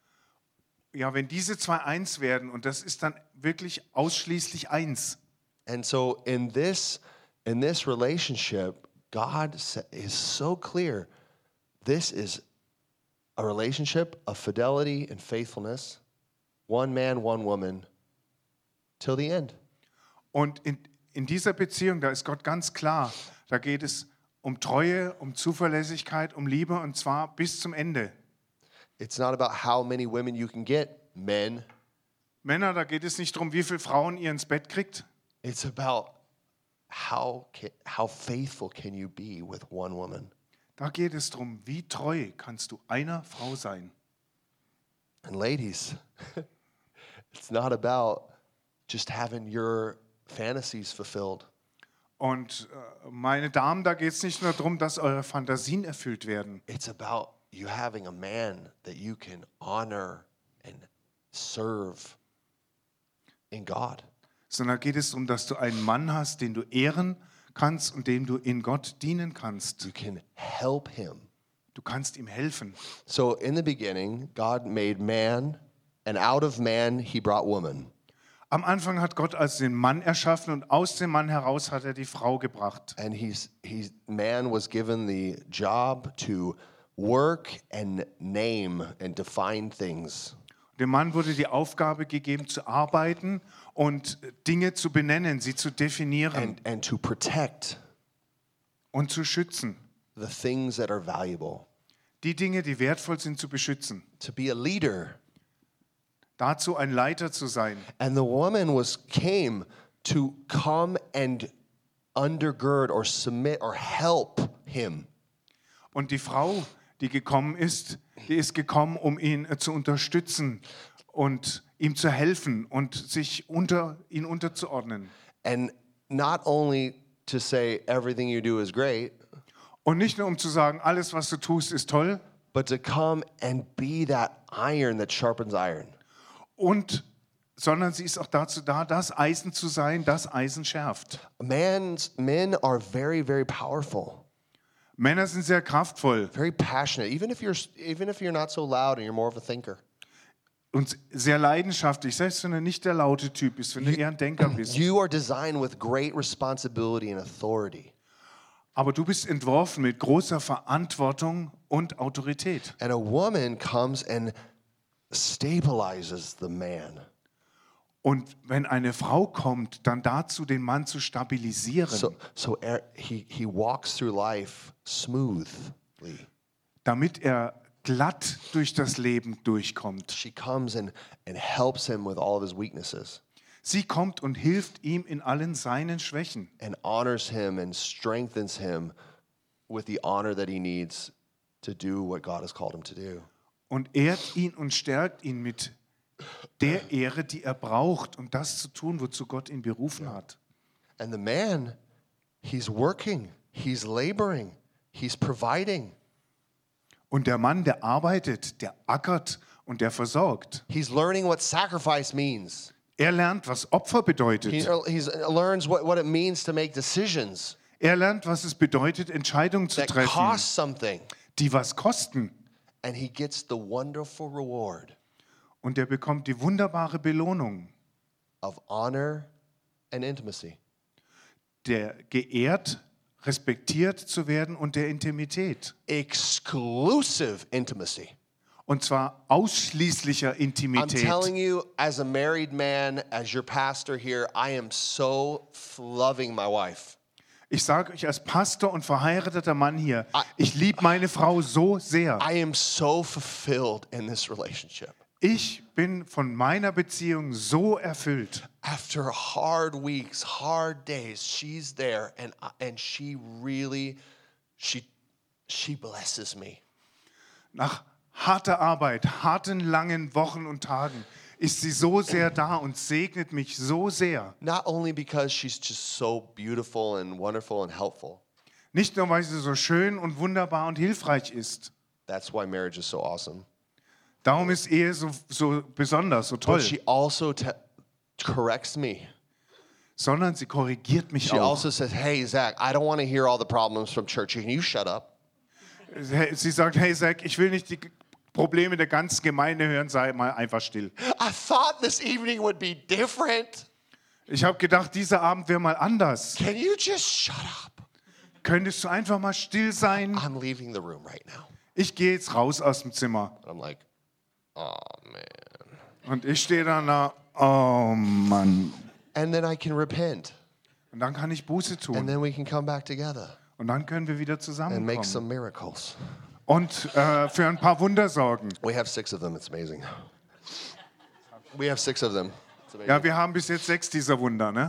Ja, wenn diese zwei eins werden, und das ist dann wirklich ausschließlich eins. And so in this in this relationship, God sa- is so clear. This is a relationship of fidelity and faithfulness. One man, one woman till the end. Und in, in dieser Beziehung, da ist Gott ganz klar, da geht es um Treue, um Zuverlässigkeit, um Liebe, und zwar bis zum Ende. It's not about how many women you can get, men. Männer, da geht es nicht darum, wie viele Frauen ihr ins Bett kriegt. It's about how can, how faithful can you be with one woman? Da geht es darum, wie treu kannst du einer Frau sein. And ladies, it's not about just having your fantasies fulfilled. Und äh, meine Damen, da geht es nicht nur darum, dass eure Fantasien erfüllt werden. It's about you having a man that you can honor and serve in God. Sondern geht es darum, dass du einen Mann hast, den du ehren kannst und dem du in Gott dienen kannst. You can help him. Du kannst ihm helfen. So in the beginning, God made man, and out of man he brought woman. Am Anfang hat Gott also den Mann erschaffen und aus dem Mann heraus hat er die Frau gebracht. And he's he's man was given the job to work and name and define things. Dem Mann wurde die Aufgabe gegeben, zu arbeiten und Dinge zu benennen, sie zu definieren And and to protect und zu schützen. the things that are valuable. Die Dinge, die wertvoll sind, zu beschützen. To be a leader. Dazu ein Leiter zu sein. And the woman was came to come and undergird or submit or help him. Und die Frau, die gekommen ist, die ist gekommen, um ihn äh, zu unterstützen und ihm zu helfen und sich unter ihn unterzuordnen. And not only to say everything you do is great, Und nicht nur um zu sagen, alles was du tust ist toll, but to come and be that iron that sharpens iron. und sondern sie ist auch dazu da, das Eisen zu sein, das Eisen schärft. Man's, men are very, very powerful, Männer sind sehr kraftvoll very passionate, even if you're, even if you're not so loud and you're more of a thinker. und sehr leidenschaftlich, selbst wenn du nicht der laute Typ bist, wenn du eher ein Denker bist. You are designed with great responsibility and authority. Aber du bist entworfen mit großer Verantwortung und Autorität. And a woman comes and stabilizes the man. Und wenn eine Frau kommt, dann dazu, den Mann zu stabilisieren, So, so er, he, he walks through life smoothly. damit er glatt durch das Leben durchkommt. She comes and, and helps him with all of his weaknesses Sie kommt und hilft ihm in allen seinen Schwächen and honors him and strengthens him with the honor that he needs to do what God has called him to do. und ehrt ihn und stärkt ihn mit der Ehre, die er braucht, um das zu tun, wozu Gott ihn berufen hat. And the man, he's working, he's laboring, he's providing. Und der Mann, der arbeitet, der ackert und der versorgt. He's learning what sacrifice means. Er lernt, was Opfer He bedeutet. he's, learns what, what it means to make decisions Er lernt, was es bedeutet, Entscheidungen zu that treffen, cost something. die was kosten. And he gets the wonderful reward Und er bekommt die wunderbare Belohnung, of honor and intimacy. der geehrt, respektiert zu werden und der Intimität. Exclusive intimacy. Und zwar ausschließlicher I'm Intimität. telling you, as a married man, as your pastor here, I am so f- loving my wife. Ich sage euch als Pastor und verheirateter Mann hier, ich liebe meine Frau so sehr. I am so fulfilled in this relationship. Ich bin von meiner Beziehung so erfüllt. After hard weeks, hard days, she's there, and and she really, she, she blesses me. Nach harter Arbeit, harten langen Wochen und Tagen ist sie so sehr da und segnet mich so sehr. Not only because she's just so beautiful and wonderful and helpful. Nicht nur, weil sie so schön und wunderbar und hilfreich ist. That's why marriage is so awesome. Darum ist Ehe so, so besonders, so toll. But she also te- corrects me. Sondern sie korrigiert mich She auch. also says, "Hey, Zach, I don't want to hear all the problems from church. Can you shut up?" Sie sagt, hey Zach, ich will nicht die Probleme der ganzen Gemeinde hören, sei mal einfach still. I thought this evening would be different. Ich habe gedacht, dieser Abend wäre mal anders. Can you just shut up? Könntest du einfach mal still sein? I'm leaving the room right now. Ich gehe jetzt raus aus dem Zimmer. And I'm like, oh man. Und ich stehe dann da, oh Mann. And then I can repent. Und dann kann ich Buße And tun. then we can come back together Und dann können wir wieder and make zusammenkommen. some miracles. Und äh, für ein paar Wunder sorgen. We have six of them. It's amazing. We have six of them. It's amazing. Ja, wir haben bis jetzt sechs dieser Wunder, ne?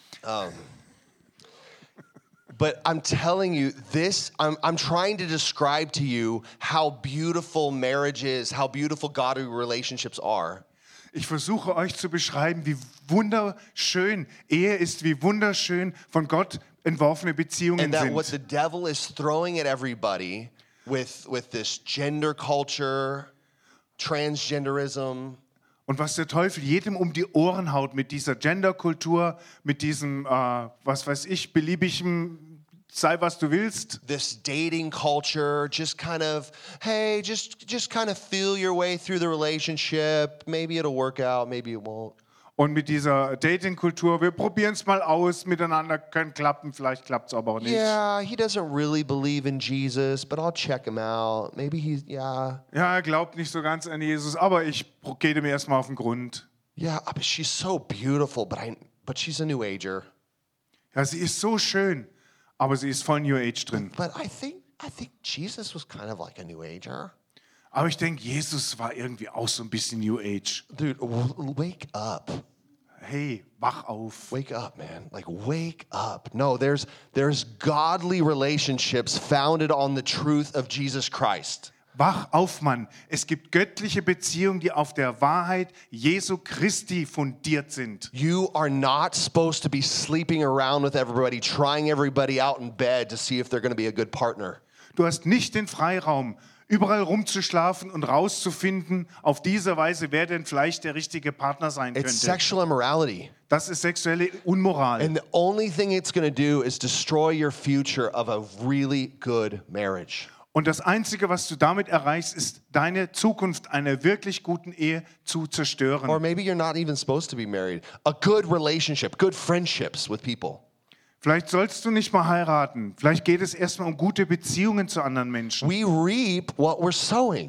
But I'm telling you, this, I'm, I'm trying to describe to you how beautiful marriage is, how beautiful godly relationships are. Ich versuche euch zu beschreiben, wie wunderschön Ehe ist, wie wunderschön von Gott entworfene Beziehungen And that what the sind. devil is throwing at everybody with, with this gender culture, transgenderism, Und was der Teufel jedem um die Ohren haut mit dieser Genderkultur, mit diesem, äh, was weiß ich, beliebigem, sei was du willst. this dating culture, just kind of, hey, just just kind of feel your way through the relationship. Maybe it'll work out, maybe it won't. Und mit dieser Datingkultur, wir probieren es mal aus, miteinander kann klappen, vielleicht klappt es aber auch nicht. Yeah, he doesn't really believe in Jesus, but I'll check him out. Maybe he's, yeah. Ja, er glaubt nicht so ganz an Jesus, aber ich gehe dem erstmal auf den Grund. Yeah, but she's so beautiful, but I but she's a new ager. Ja, sie ist so schön, aber sie ist voll New Age drin. But I think I think Jesus was kind of like a new ager. Aber ich denke, Jesus war irgendwie auch so ein bisschen New Age. Dude, w- wake up. Hey, wach auf. Wake up, man. Like wake up. No, there's there's godly relationships founded on the truth of Jesus Christ. Wach auf, Mann. Es gibt göttliche Beziehungen, die auf der Wahrheit Jesu Christi fundiert sind. You are not supposed to be sleeping around with everybody, trying everybody out in bed to see if they're going to be a good partner. Du hast nicht den Freiraum, überall rumzuschlafen und rauszufinden, auf diese Weise, wer denn vielleicht der richtige Partner sein It's könnte. sexual immorality. Das ist sexuelle Unmoral. And the only thing it's going to do is destroy your future of a really good marriage. Und das Einzige, was du damit erreichst, ist, deine Zukunft einer wirklich guten Ehe zu zerstören. Or maybe you're not even supposed to be married. A good relationship, good friendships with people. Vielleicht sollst du nicht mal heiraten. Vielleicht geht es erstmal um gute Beziehungen zu anderen Menschen. We reap what we're sowing.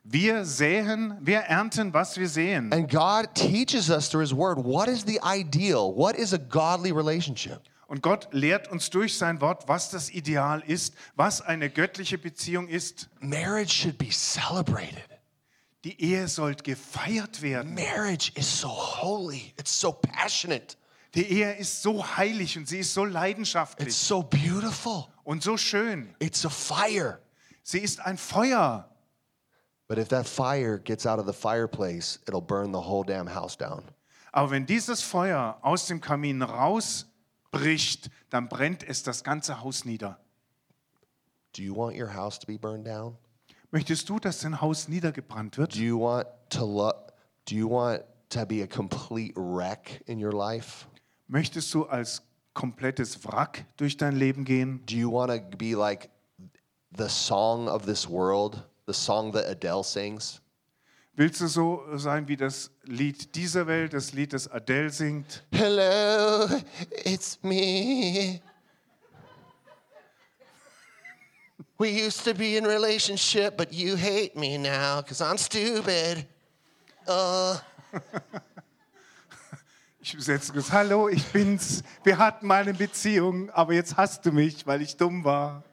Wir säen, wir ernten, was wir sehen. And God teaches us through His Word what is the ideal, what is a godly relationship. Und Gott lehrt uns durch sein Wort, was das Ideal ist, was eine göttliche Beziehung ist. Marriage should be celebrated. Die Ehe soll gefeiert werden. Marriage is so holy, it's so passionate, Die Ehe ist so heilig und sie ist so leidenschaftlich it's so beautiful, und so schön. it's a fire. Sie ist ein Feuer. But if that fire gets out of the fireplace, it'll burn the whole damn house down. Aber wenn dieses Feuer aus dem Kamin rausbricht, dann brennt es das ganze Haus nieder. Do you want your house to be burned down? Möchtest du, dass dein Haus niedergebrannt wird? Do you want to lo- do you want to be a complete wreck in your life? Möchtest du als komplettes Wrack durch dein Leben gehen? Do you want to be like the song of this world, the song that Adele sings? Willst du so sein wie das Lied dieser Welt, das Lied, das Adele singt? Hello, it's me. We used to be in relationship, but you hate me now because I'm stupid. Uh. Ich übersetze das: Hallo, ich bin's. Wir hatten mal eine Beziehung, aber jetzt hasst du mich, weil ich dumm war.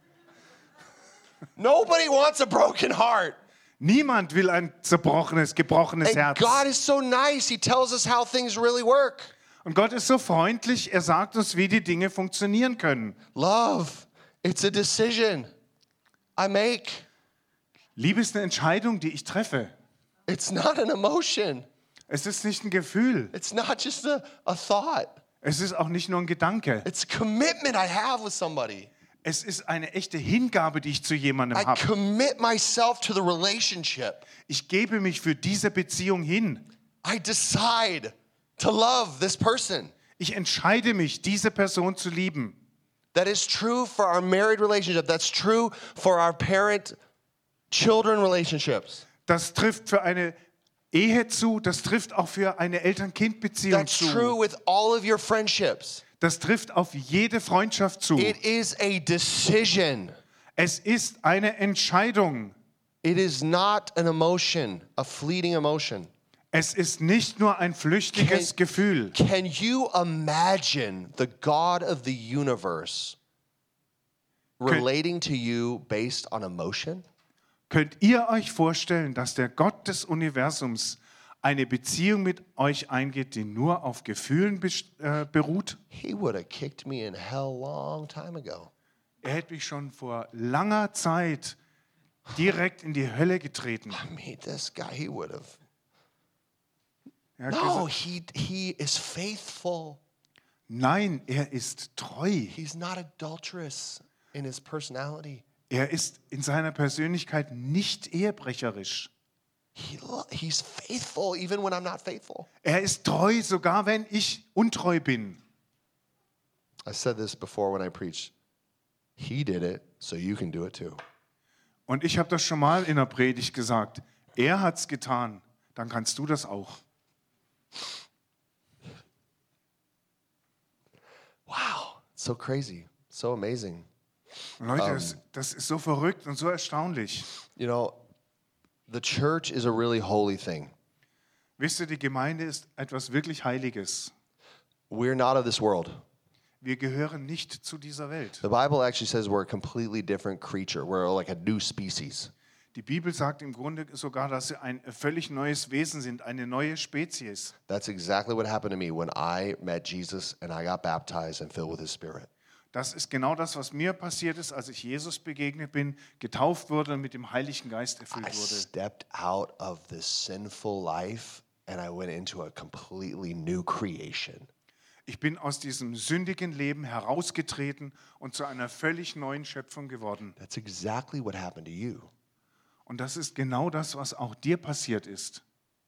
Nobody wants a broken heart. Niemand will ein zerbrochenes, gebrochenes And Herz. God is so nice. He tells us how things really work. Und Gott ist so freundlich, er sagt uns, wie die Dinge funktionieren können. Love, it's a decision I make. Liebe ist eine Entscheidung, die ich treffe. It's not an emotion. Es ist nicht ein Gefühl. It's not just a, a thought. Es ist auch nicht nur ein Gedanke. It's a commitment I have with somebody. Es ist eine echte Hingabe, die ich zu jemandem I habe. commit myself to the relationship. Ich gebe mich für diese Beziehung hin. I decide to love this person. Ich entscheide mich, diese Person zu lieben. That is true for our married relationship. That's true for our parent-children relationships. Das trifft für eine Ehe zu, das trifft auch für eine Eltern-Kind-Beziehung That's true zu. with all of your friendships. Das trifft auf jede Freundschaft zu. It is a decision. Es ist eine Entscheidung. It is not an emotion, a fleeting emotion. Es ist nicht nur ein flüchtiges Can- Gefühl. Can you imagine the God of the universe relating to you based on emotion? Könnt ihr euch vorstellen, dass der Gott des Universums eine Beziehung mit euch eingeht, die nur auf Gefühlen bes- äh, beruht? He would have kicked me in hell long time ago. Er hätte mich schon vor langer Zeit direkt in die Hölle getreten. I mean, this guy, he would have. Er hat No, gesagt, he, he is faithful. nein, er ist treu. He's not adulterous in his personality. Er ist in seiner Persönlichkeit nicht ehebrecherisch. He, lo- he's faithful even when I'm not faithful. Er ist treu, sogar wenn ich untreu bin. I said this before when I preached. He did it, so you can do it too. Und ich habe das schon mal in der Predigt gesagt. Er hat's getan, dann kannst du das auch. Wow, so crazy, so amazing. Und Leute, das, das ist so verrückt und so erstaunlich. You know, the church is a really holy thing. Wisst ihr, die Gemeinde ist etwas wirklich Heiliges. We're not of this world. Wir gehören nicht zu dieser Welt. The Bible actually says we're a completely different creature. We're like a new species. Die Bibel sagt im Grunde sogar, dass sie ein völlig neues Wesen sind, eine neue Spezies. That's exactly what happened to me when I met Jesus and I got baptized and filled with His Spirit. Das ist genau das, was mir passiert ist, als ich Jesus begegnet bin, getauft wurde und mit dem Heiligen Geist erfüllt I wurde. stepped out of this sinful life and I went into a completely new creation. Ich bin aus diesem sündigen Leben herausgetreten und zu einer völlig neuen Schöpfung geworden. That's exactly what happened to you. Und das ist genau das, was auch dir passiert ist.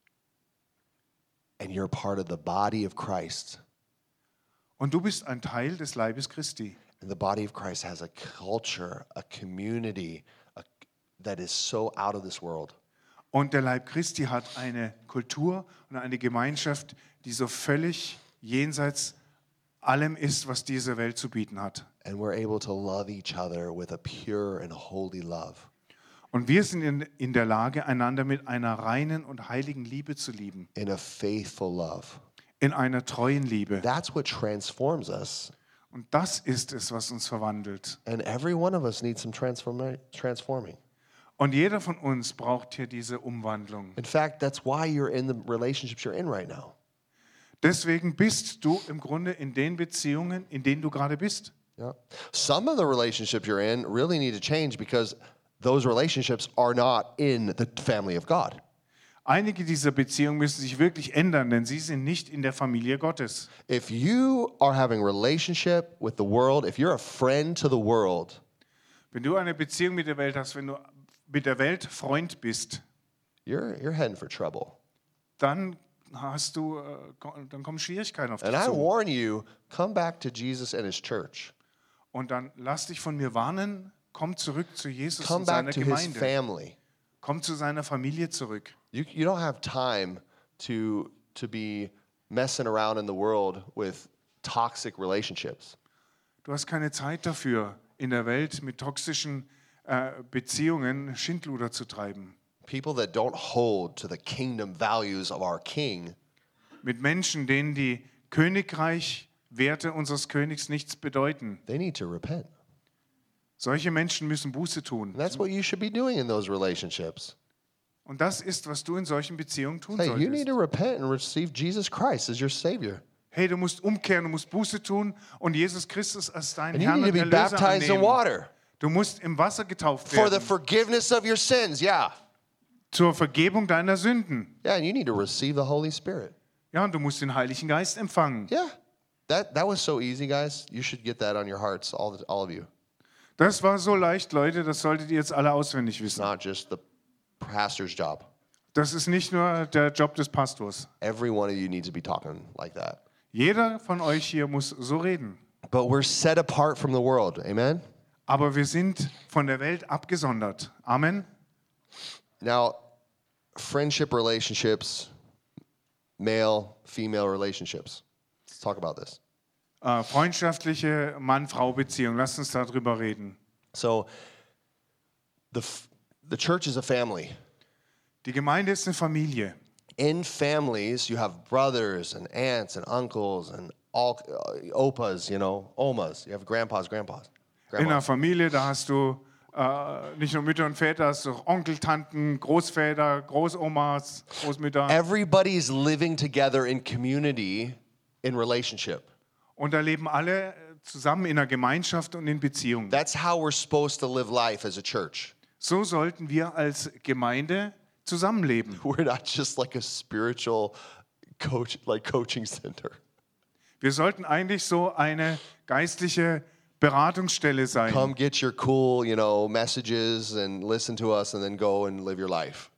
And you're part of the body of Christ. Und du bist ein Teil des Leibes Christi. And the body of Christ has a culture, a community a, that is so out of this world. Und der Leib Christi hat eine Kultur und eine Gemeinschaft, die so völlig jenseits allem ist, was diese Welt zu bieten hat. And we're able to love each other with a pure and holy love. Und wir sind in, in der Lage, einander mit einer reinen und heiligen Liebe zu lieben. in a faithful love. In einer treuen Liebe. That's what transforms us. Und das ist es, was uns verwandelt. And every one of us needs some transforma- transforming. Und jeder von uns braucht hier diese Umwandlung. In fact, that's why you're in the relationships you're in right now. Deswegen bist du im Grunde in den Beziehungen, in denen du gerade bist. Yeah. Some of the relationships you're in really need to change because those relationships are not in the family of God. Einige dieser Beziehungen müssen sich wirklich ändern, denn sie sind nicht in der Familie Gottes. If you are having a relationship with the world, if you're a friend to the world, Wenn du eine Beziehung mit der Welt hast, wenn du mit der Welt Freund bist, you're you're heading for trouble. dann hast du, äh, ko- dann kommen Schwierigkeiten auf dich And I zu. warn you, come back to Jesus and his church. Und dann lass dich von mir warnen, komm zurück zu Jesus Come und seiner back to his Gemeinde. family. Komm zu seiner Familie zurück. You you don't have time to to be messing around in the world with toxic relationships. Du hast keine Zeit dafür, in der Welt mit toxischen äh, Beziehungen Schindluder zu treiben. People that don't hold to the kingdom values of our king, Mit Menschen, denen die Königreich-Werte unseres Königs nichts bedeuten. they need to repent. Solche Menschen müssen Buße tun. And that's what you should be doing in those relationships. Und das ist, was du in solchen Beziehungen tun Hey, you need solltest. to repent and receive Jesus Christ as your Savior. Hey, du musst umkehren, du musst Buße tun und Jesus Christus als deinen And you Herrn need to und be Erlöser baptized in annehmen. water Du musst im Wasser getauft for the werden forgiveness of your sins. Yeah. zur Vergebung deiner Sünden. Yeah, and you need to receive the Holy Spirit. Ja, und du musst den Heiligen Geist empfangen. Yeah. That that was so easy, guys. You should get that on your hearts, all the, all of you. Das war so leicht, Leute, das solltet ihr jetzt alle auswendig It's wissen. not just the pastor's job. Das ist nicht nur der Job des Pastors. Every one of you needs to be talking like that. Jeder von euch hier muss so reden. But we're set apart from the world. Amen? Aber wir sind von der Welt abgesondert. Amen. Now, friendship relationships, male, female relationships. Let's talk about this. Äh, freundschaftliche Mann-Frau-Beziehung. Lasst uns darüber reden. So, the, f- the church is a family. Die Gemeinde ist eine Familie. In families, you have brothers and aunts and uncles and all uh, opas, you know, omas. You have grandpas, grandpas. In einer grandmas. Familie, da hast du äh, nicht nur Mütter und Väter, hast du auch Onkel, Tanten, Großväter, Großomas, Großmütter. Everybody's living together in community, in relationship. Und da leben alle zusammen in einer Gemeinschaft und in Beziehung. That's how we're supposed to live life as a church. So sollten wir als Gemeinde zusammenleben. We're not just like a spiritual coach, like coaching center. Wir sollten eigentlich so eine geistliche Beratungsstelle sein. Come get your cool, you know, messages and listen to us and then go and live your life.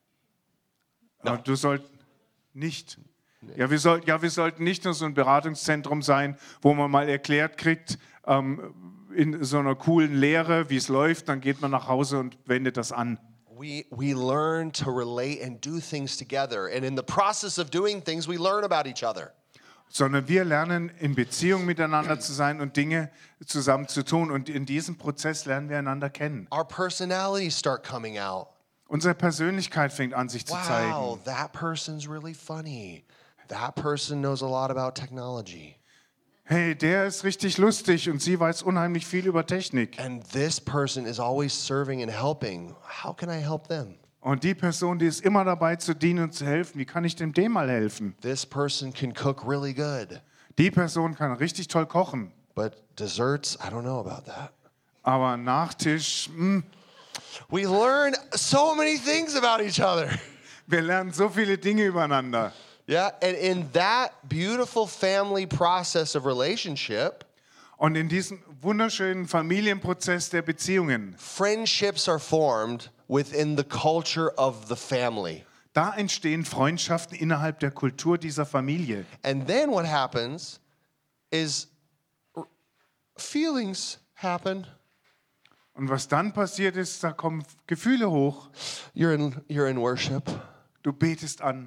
Aber Du sollst nicht. Ja wir, soll, ja, wir sollten nicht nur so ein Beratungszentrum sein, wo man mal erklärt kriegt, ähm, in so einer coolen Lehre, wie es läuft, dann geht man nach Hause und wendet das an. We, we learn to relate and do things together. And in the process of doing things, we learn about each other. Sondern wir lernen, in Beziehung miteinander zu sein und Dinge zusammen zu tun. Und in diesem Prozess lernen wir einander kennen. Our personalities start coming out. Unsere Persönlichkeit fängt an, sich zu Wow, zeigen. that person's really funny. That person knows a lot about technology. Hey, der ist richtig lustig und sie weiß unheimlich viel über Technik. And this person is always serving and helping. How can I help them? Und die Person, die ist immer dabei zu dienen und zu helfen, wie kann ich dem dem mal helfen? This person can cook really good. Die Person kann richtig toll kochen, But desserts, I don't know about that. aber Nachtisch, mh, We learn so many things about each other. wir lernen so viele Dinge übereinander. Yeah, and in that beautiful family process of relationship, Und in diesem wunderschönen Familienprozess der Beziehungen, friendships are formed within the culture of the family. da entstehen Freundschaften innerhalb der Kultur dieser Familie. And then what happens is r- feelings happen. Und was dann passiert ist, da kommen Gefühle hoch. You're in you're in worship. Du betest an,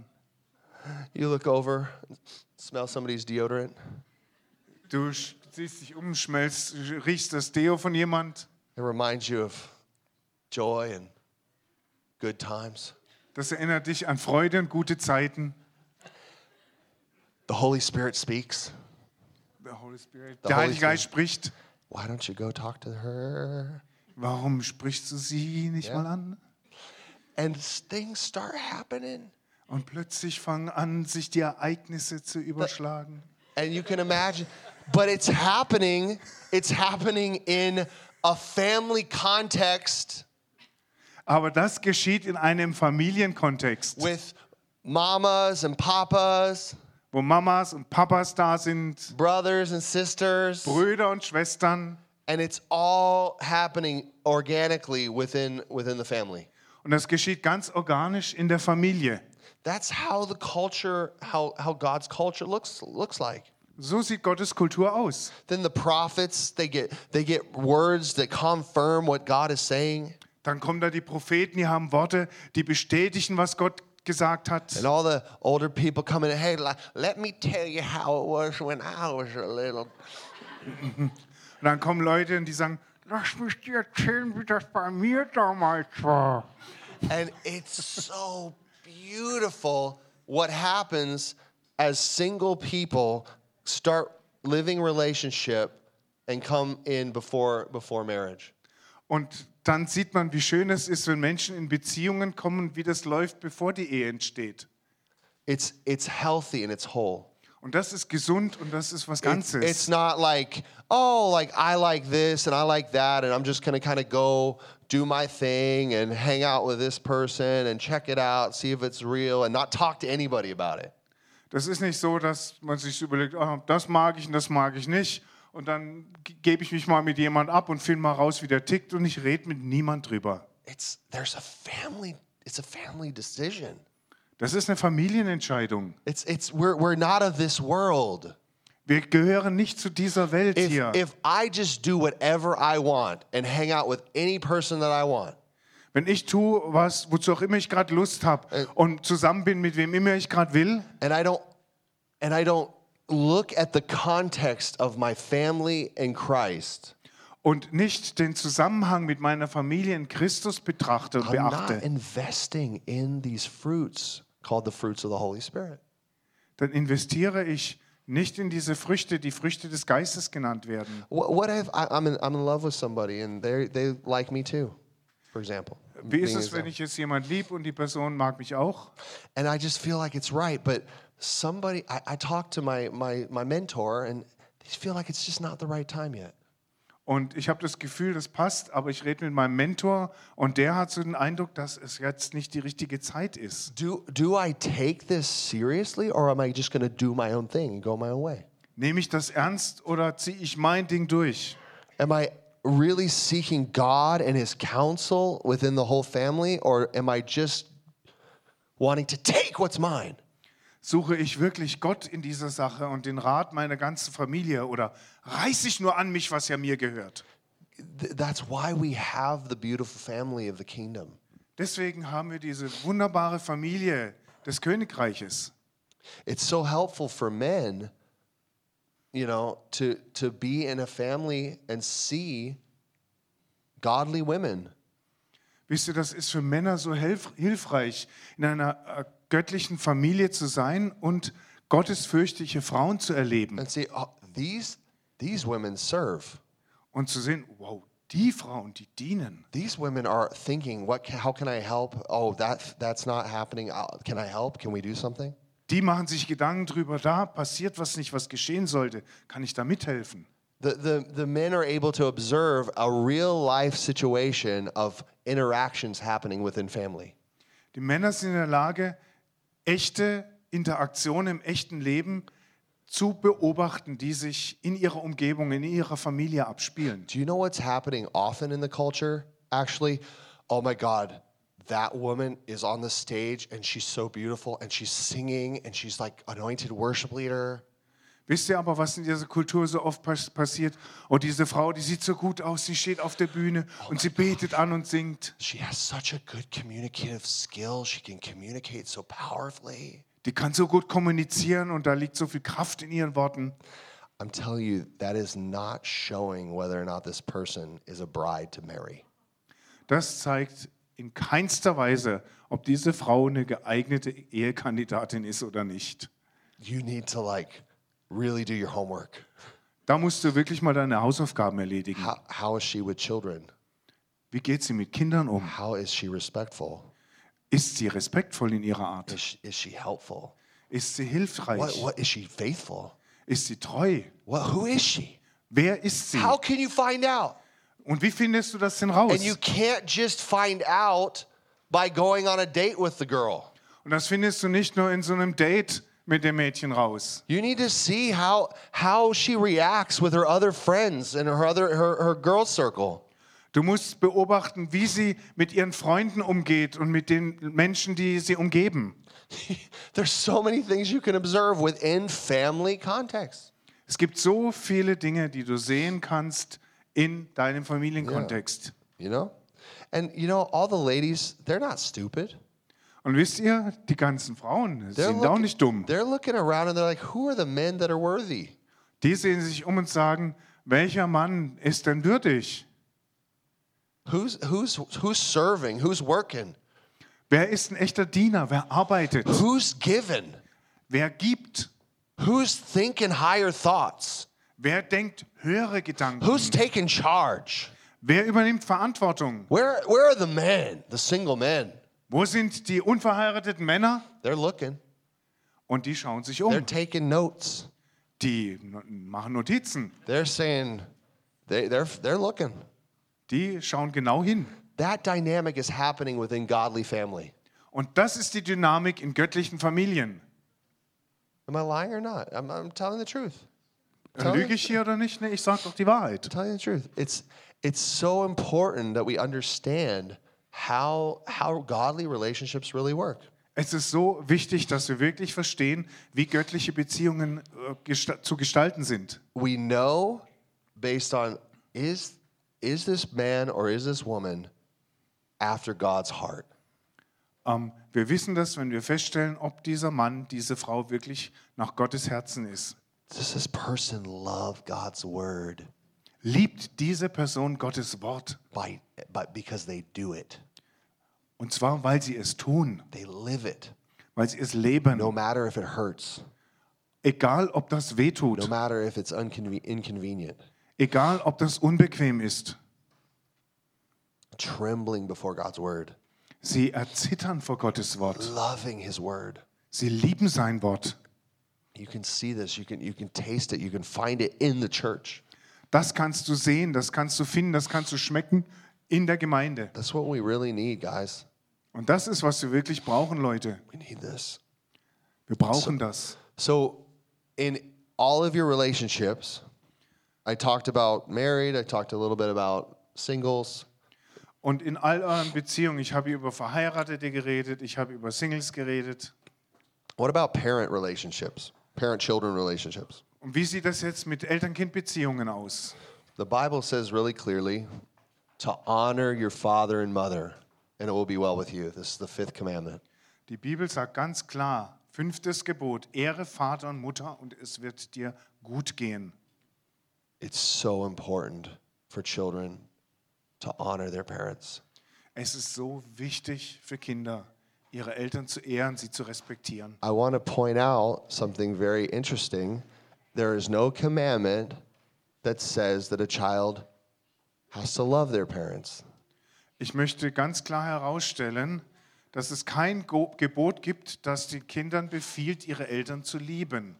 You look over, smell somebody's deodorant. du sch- siehst dich um, schmelzt, riechst das Deo von jemand. It reminds you of joy and good times. Das erinnert dich an Freude und gute Zeiten. The Holy Spirit speaks. The Holy Spirit. The Der Holy Heilige Geist spricht. Why don't you go talk to her? Warum sprichst du sie nicht Ja. mal an? And things start happening. Und plötzlich fangen an, sich die Ereignisse zu überschlagen. And you can imagine, but it's happening, it's happening in a family context Aber das geschieht in einem Familienkontext, with mamas and papas, wo Mamas und Papas da sind, brothers and sisters, Brüder und Schwestern. and it's all happening organically within within the family. Und das geschieht ganz organisch in der Familie. That's how the culture, how, how God's culture looks looks like. So sieht Gottes Kultur aus. Then the prophets, they get they get words that confirm what God is saying. Dann kommen da die Propheten, die haben Worte, die bestätigen, was Gott gesagt hat. And all the older people come in, hey, li- let me tell you how it was when I was a little. Und dann kommen Leute und die sagen, lass mich dir erzählen, wie das bei mir damals war. And it's so beautiful what happens as single people start living relationship and come in before before marriage. Und dann sieht man, wie schön es ist, wenn Menschen in Beziehungen kommen, wie das läuft, bevor die Ehe entsteht. It's it's healthy and it's whole. Und das ist gesund und das ist was It's, Ganzes. it's not like, oh, like I like this and I like that and I'm just going to kind of go do my thing and hang out with this person and check it out, see if it's real and not talk to anybody about it. Das ist nicht so, dass man sich überlegt, ah, das mag ich und das mag ich nicht. Und dann ge- gebe ich mich mal mit jemand ab und finde mal raus, wie der tickt und ich rede mit niemand drüber. It's there's a family, it's a family decision. Das ist eine Familienentscheidung. It's it's we're we're not of this world. Wir gehören nicht zu dieser Welt If hier. if I just do whatever I want and hang out with any person that I want, Wenn ich tue, was, wozu auch immer ich gerade Lust habe und zusammen bin, mit wem immer ich gerade will, and I don't and I don't look at the context of my family in Christ, und nicht den Zusammenhang mit meiner Familie in Christus betrachte und I'm not beachte, investing in these fruits called the fruits of the Holy Spirit. dann investiere ich nicht in diese Früchte, die Früchte des Geistes genannt werden. What, what if I, I'm in I'm in love with somebody and they they like me too, for example. Wie ist Being es, wenn example. ich jetzt jemand lieb und die Person mag mich auch? And I just feel like it's right, but somebody I, I talk to my my my mentor and they feel like it's just not the right time yet. Und ich habe das Gefühl, das passt, aber ich rede mit meinem Mentor und der hat so den Eindruck, dass es jetzt nicht die richtige Zeit ist. Do do I take this seriously or am I just going to do my own thing and go my own way? Nehme ich das ernst oder ziehe ich mein Ding durch? Am I really seeking God and his counsel within the whole family or am I just wanting to take what's mine? Suche ich wirklich Gott in dieser Sache und den Rat meiner ganzen Familie oder reiße ich nur an mich, was ja mir gehört? Th- That's why we have the beautiful family of the kingdom. Deswegen haben wir diese wunderbare Familie des Königreiches. It's so helpful for men, you know, to to be in a family and see godly women. Wisst ihr, das ist für Männer so hilf- hilfreich, in einer äh, göttlichen Familie zu sein und gottesfürchtige Frauen zu erleben And see, oh, these these women serve. und zu sehen, wow, die Frauen, die dienen. These women are thinking, what? Can, how can I help? Oh, that that's not happening. Uh, Can I help? Can we do something? Die machen sich Gedanken drüber, da passiert was nicht, was geschehen sollte. Kann ich da mithelfen? The, the, the men are able to observe a real life situation of interactions happening within family. Die Männer sind in der Lage, echte Interaktionen im echten Leben zu beobachten, die sich in ihrer Umgebung, in ihrer Familie abspielen. Do you know what's happening often in the culture? Actually, oh my God, that woman is on the stage and she's so beautiful and she's singing and she's like anointed worship leader. Wisst ihr aber, was in dieser Kultur so oft pas- passiert? Oh, diese Frau, die sieht so gut aus, sie steht auf der Bühne und sie betet an und singt. She has such a good communicative skill. She can communicate so powerfully. Die kann so gut kommunizieren und da liegt so viel Kraft in ihren Worten. I'm telling you, that is not showing whether or not this person is a bride to marry. Das zeigt in keinster Weise, ob diese Frau eine geeignete Ehekandidatin ist oder nicht. You need to like really do your homework. Da musst du wirklich mal deine Hausaufgaben erledigen. How, how is she with children? Wie geht sie mit Kindern um? How is she respectful? Ist sie respektvoll in ihrer Art? Is she, is she helpful? Ist sie What, hilfreich? what is she faithful? Ist sie treu? What, who is she? Wer ist sie? How can you find out? Und wie findest du das denn raus? And you can't just find out by going on a date with the girl. Und das findest du nicht nur in so einem Date mit dem Mädchen raus. You need to see how how she reacts with her other friends and her other her, her girl circle. Du musst beobachten, wie sie mit ihren Freunden umgeht und mit den Menschen, die sie umgeben. There's so many things you can observe within family context. Es gibt so viele Dinge, die du sehen kannst in deinem Familienkontext. You know? And you know, all the ladies, they're not stupid. Und wisst ihr, die ganzen Frauen They're sind auch nicht dumm. they're looking around and they're like, who are the men that are worthy? Die sehen sich um und sagen, welcher Mann ist denn würdig? Who's who's who's serving? Who's working? Wer ist ein echter Diener? Wer arbeitet? Who's given? Wer gibt? Who's thinking higher thoughts? Wer denkt höhere Gedanken? Who's taking charge? Wer übernimmt Verantwortung? Where where are the men, the single men? Wo sind die unverheirateten Männer? They're looking. Und die schauen sich They're um. taking notes. Die no- machen Notizen. They're saying they they're they're looking. Die schauen genau hin. That dynamic is happening within godly family. Und das ist die Dynamik in göttlichen Familien. Am I lying or not? I'm, I'm telling the truth. Tell Lüge me- ich hier oder nicht? Nee, ich sage doch die Wahrheit. I'm telling you the truth. It's it's so important that we understand how how godly relationships really work. Es ist so wichtig, dass wir wirklich verstehen, wie göttliche Beziehungen äh, gesta- zu gestalten sind. We know based on is is this man or is this woman after God's heart? Ähm, wir wissen das, wenn wir feststellen, ob dieser Mann, diese Frau wirklich nach Gottes Herzen ist. Does this person love God's word Liebt diese Person Gottes Wort? by, by because they do it? Und zwar, weil sie es tun, They live it. weil sie es leben. No matter if it hurts. Egal, ob das No wehtut, matter if it's unconve- inconvenient. egal, ob das unbequem ist. Trembling before God's word. Sie erzittern vor Gottes Wort. Loving his word. Sie lieben sein Wort. You can see this, you can you can taste it, you can find it in the church. Das kannst du sehen, das kannst du finden, das kannst du schmecken in der Gemeinde. That's what we really need, guys. Und das ist, was wir wirklich brauchen, Leute. We need this. Wir brauchen das. So, in all of your relationships, I talked about married, I talked a little bit about singles. Und in all euren Beziehungen, ich habe über Verheiratete geredet, ich habe über Singles geredet. What about parent relationships? Parent-children relationships? Und wie sieht das jetzt mit Eltern-Kind-Beziehungen aus? The Bible says really clearly to honor your father and mother, and it will be well with you. This is the fifth commandment. Die Bibel sagt ganz klar, fünftes Gebot, ehre Vater und Mutter und es wird dir gut gehen. It's so important for children to honor their parents. Es ist so wichtig für Kinder, ihre Eltern zu ehren, sie zu respektieren. I want to point out something very interesting. There is no commandment that says that a child has to love their parents. Ich möchte ganz klar herausstellen, dass es kein Go- Gebot gibt, das den Kindern befiehlt, ihre Eltern zu lieben.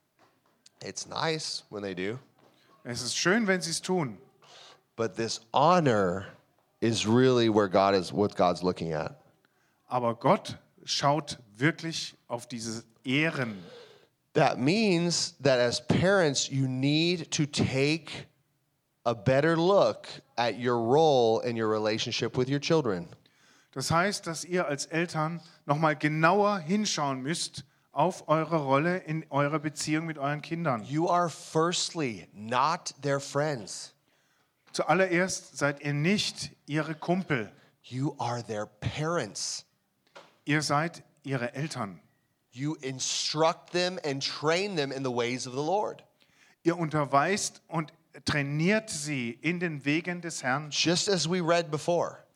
It's nice when they do, Es ist schön, wenn sie es tun. but this honor is really where God is, what God's looking at. Aber Gott schaut wirklich auf dieses Ehren. That means that as parents, you need to take a better look at your role in your relationship with your children. Das heißt, dass ihr als Eltern nochmal genauer hinschauen müsst auf eure Rolle in eurer Beziehung mit euren Kindern. You are firstly not their friends. Zuallererst seid ihr nicht ihre Kumpel. You are their parents. Ihr seid ihre Eltern. You instruct them and train them in the ways of the Lord. Ihr unterweist und trainiert sie in den Wegen des Herrn. Just as we read before.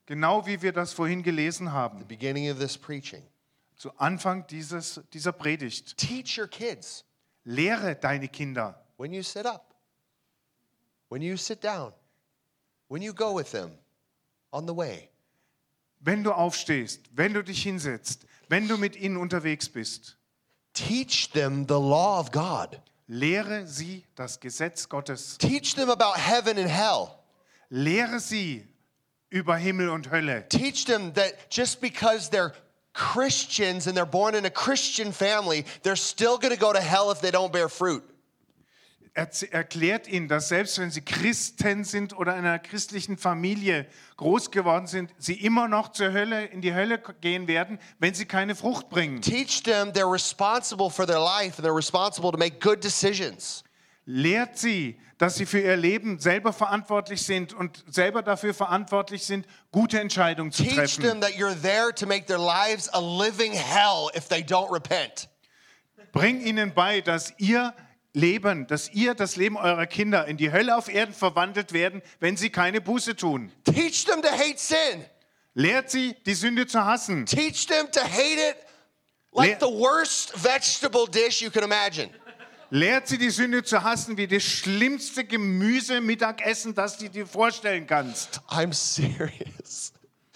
Genau wie wir das vorhin gelesen the haben, beginning of this preaching. zu Anfang dieses, dieser Predigt. Teach your kids Lehre deine Kinder, when you sit up, when you sit down, when you go with them on the way. wenn du aufstehst, wenn du dich hinsetzt, wenn du mit ihnen unterwegs bist. Teach them the law of God. Lehre sie das Gesetz Gottes. Teach them about heaven and hell. Lehre sie über Himmel und Hölle. Teach them that just because they're Christians and they're born in a Christian family, they're still going to go to hell if they don't bear fruit. Er- Erklärt ihnen, dass selbst wenn sie Christen sind oder in einer christlichen Familie groß geworden sind, sie immer noch zur Hölle, in die Hölle gehen werden, wenn sie keine Frucht bringen. Teach them they're responsible for their life and they're responsible to make good decisions. Lehrt sie, dass sie für ihr Leben selber verantwortlich sind und selber dafür verantwortlich sind, gute Entscheidungen zu Teach treffen. them that you're there to make their lives a living hell if they don't repent. Bring ihnen bei, dass ihr Leben, dass ihr das Leben eurer Kinder in die Hölle auf Erden verwandelt werden, wenn sie keine Buße tun. Teach them to hate sin. Lehrt sie, die Sünde zu hassen. Teach them to hate it like Le- the worst vegetable dish you can imagine. Lehrt sie, die Sünde zu hassen, wie das schlimmste Gemüse-Mittagessen, das du dir vorstellen kannst. I'm serious.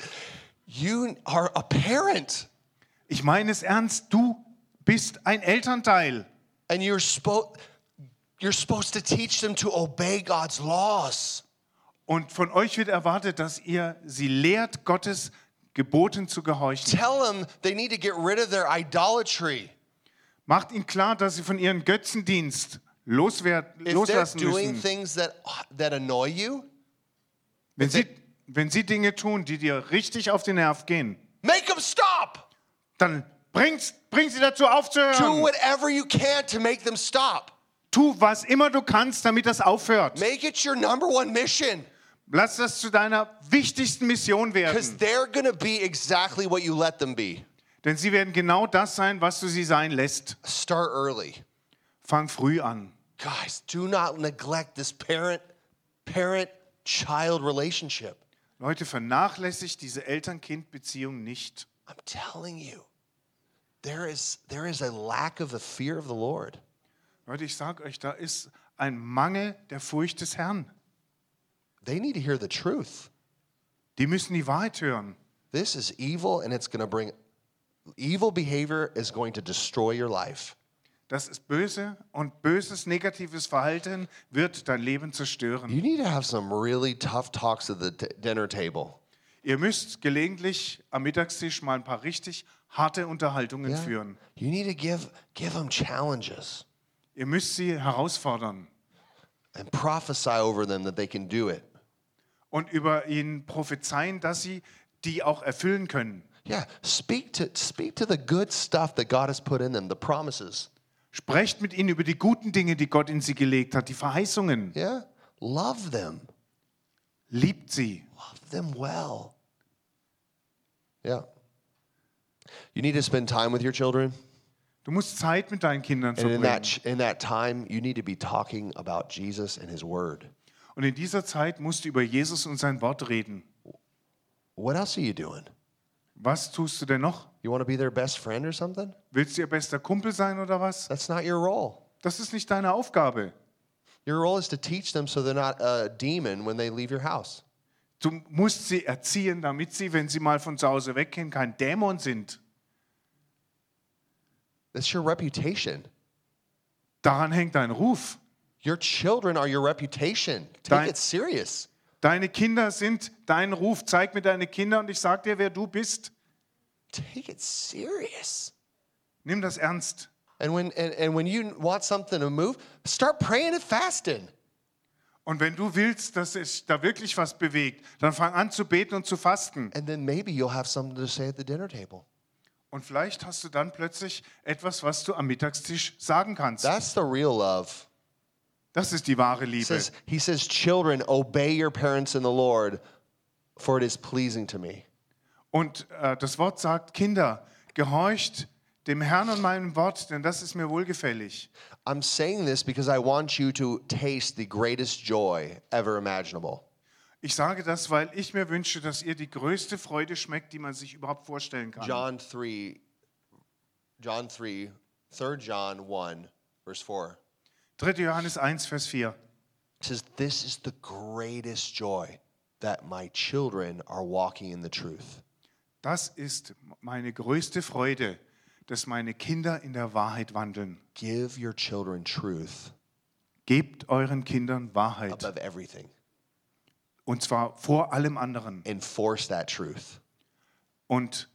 You are a parent Ich meine es ernst, du bist ein Elternteil. and you're supposed you're supposed to teach them to obey God's laws. Und von euch wird erwartet, dass ihr sie lehrt, Gottes Geboten zu gehorchen. Tell them they need to get rid of their idolatry. Macht ihnen klar, dass sie von ihrem Götzendienst loswer- If they're loslassen doing müssen. things that that annoy you, Wenn if sie, they- wenn sie Dinge tun, die dir richtig auf den Nerv gehen, make them stop. dann bring's, bring sie dazu Do aufzuhören. whatever you can to make them stop. Tu, was immer du kannst, damit das aufhört. Make it your number one mission Lass das zu deiner wichtigsten Mission because werden. they're going to be exactly what you let them be. Denn sie werden genau das sein, was du sie sein lässt. Start early. Fang früh an. Guys, do not neglect this parent parent child relationship. Leute, vernachlässigt diese Eltern-Kind-Beziehung nicht. I'm telling you. There is there is a lack of the fear of the Lord. Leute, ich sage euch, da ist ein Mangel der Furcht des Herrn. They need to hear the truth. Die müssen die Wahrheit hören. This is evil and it's going to bring evil behavior is going to destroy your life. Das ist böse und böses, negatives Verhalten wird dein Leben zerstören. You need to have some really tough talks at the t- dinner table. Ihr müsst gelegentlich am Mittagstisch mal ein paar richtig harte Unterhaltungen Yeah. führen. You need to give give them challenges Ihr müsst sie herausfordern and prophesy over them that they can do it. und über ihnen prophezeien, dass sie die auch erfüllen können. Yeah, speak to speak to the good stuff that God has put in them, the promises. Sprecht mit ihnen über die guten Dinge, die Gott in sie gelegt hat, die Verheißungen. Yeah? Love them. Liebt sie. Love them well. Yeah. You need to spend time with your children. Du musst Zeit mit deinen Kindern And in that verbringen. in that time, you need to be talking about Jesus and his word. Und in dieser Zeit musst du über Jesus und sein Wort reden. What else are you doing? Was tust du denn noch? You want to be their best friend or something? Willst du ihr bester Kumpel sein oder was? That's not your role. Das ist nicht deine Aufgabe. Your role is to teach them so they're not a demon when they leave your house. Du musst sie erziehen, damit sie, wenn sie mal von zu Hause weggehen, kein Dämon sind. That's your reputation. Daran hängt dein Ruf. Your children are your reputation. Take Dein- it serious. Deine Kinder sind dein Ruf. Zeig mir deine Kinder und ich sag dir, wer du bist. Take it serious. Nimm das ernst. And when and, and when you want something to move, start praying and fasting. Und wenn du willst, dass sich da wirklich was bewegt, dann fang an zu beten und zu fasten. And then maybe you'll have something to say at the dinner table. Und vielleicht hast du dann plötzlich etwas, was du am Mittagstisch sagen kannst. That's the real love. Das ist die wahre He Liebe. says, he says, children, obey your parents in the Lord, for it is pleasing to me. Und äh, das Wort sagt, Kinder, gehorcht dem Herrn und meinem Wort, denn das ist mir wohlgefällig. I'm saying this because I want you to taste the greatest joy ever imaginable. Ich sage das, weil ich mir wünsche, dass ihr die größte Freude schmeckt, die man sich überhaupt vorstellen kann. John three, John three, third John one, verse four. dritter Johannes eins, Vers vier. It says, "This is the greatest joy, that my children are walking in the truth." Das ist meine größte Freude, dass meine Kinder in der Wahrheit wandeln. Give your children truth Gebt euren Kindern Wahrheit. above everything. Und zwar vor allem anderen. Enforce that truth. Und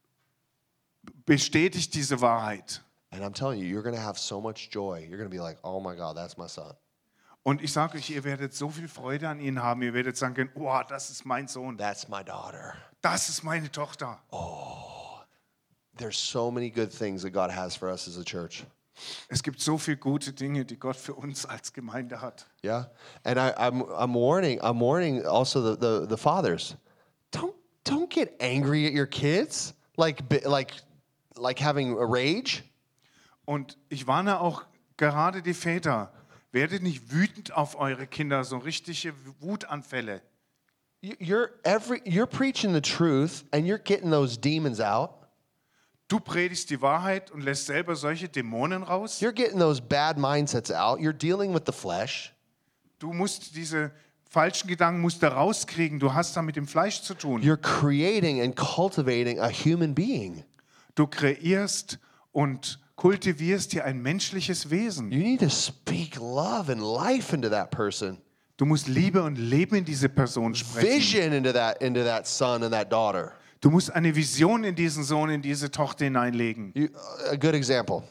bestätigt diese Wahrheit. And I'm telling you, you're going to have so much joy. You're going to be like, oh my God, that's my son. Und ich sage euch, ihr werdet so viel Freude an ihnen haben. Ihr werdet sagen können, oh, das ist mein Sohn. That's my daughter. Das ist meine Tochter. There's so many good things that God has for us as a church. Es gibt so viele gute Dinge, die Gott für uns als Gemeinde hat. Yeah. And I, I'm, I'm warning, I'm warning also the, the, the fathers. Don't, don't get angry at your kids. Like, bi- like, like having a rage. Und ich warne auch gerade die Väter, werdet nicht wütend auf eure Kinder, so richtige Wutanfälle. You- You're every, you're preaching the truth and you're getting those demons out. Du predigst die Wahrheit und lässt selber solche Dämonen raus. You're getting those bad mindsets out. You're dealing with the flesh. Du musst diese falschen Gedanken musst du rauskriegen. Du hast da mit dem Fleisch zu tun. You're creating and cultivating a human being. Du kreierst und kultivierst hier ein menschliches Wesen. You need to speak love and life into that person. Du musst Liebe und Leben in diese Person sprechen. Vision into that into that son and that daughter. Du musst eine Vision in diesen Sohn, in diese Tochter hineinlegen. You, a good example.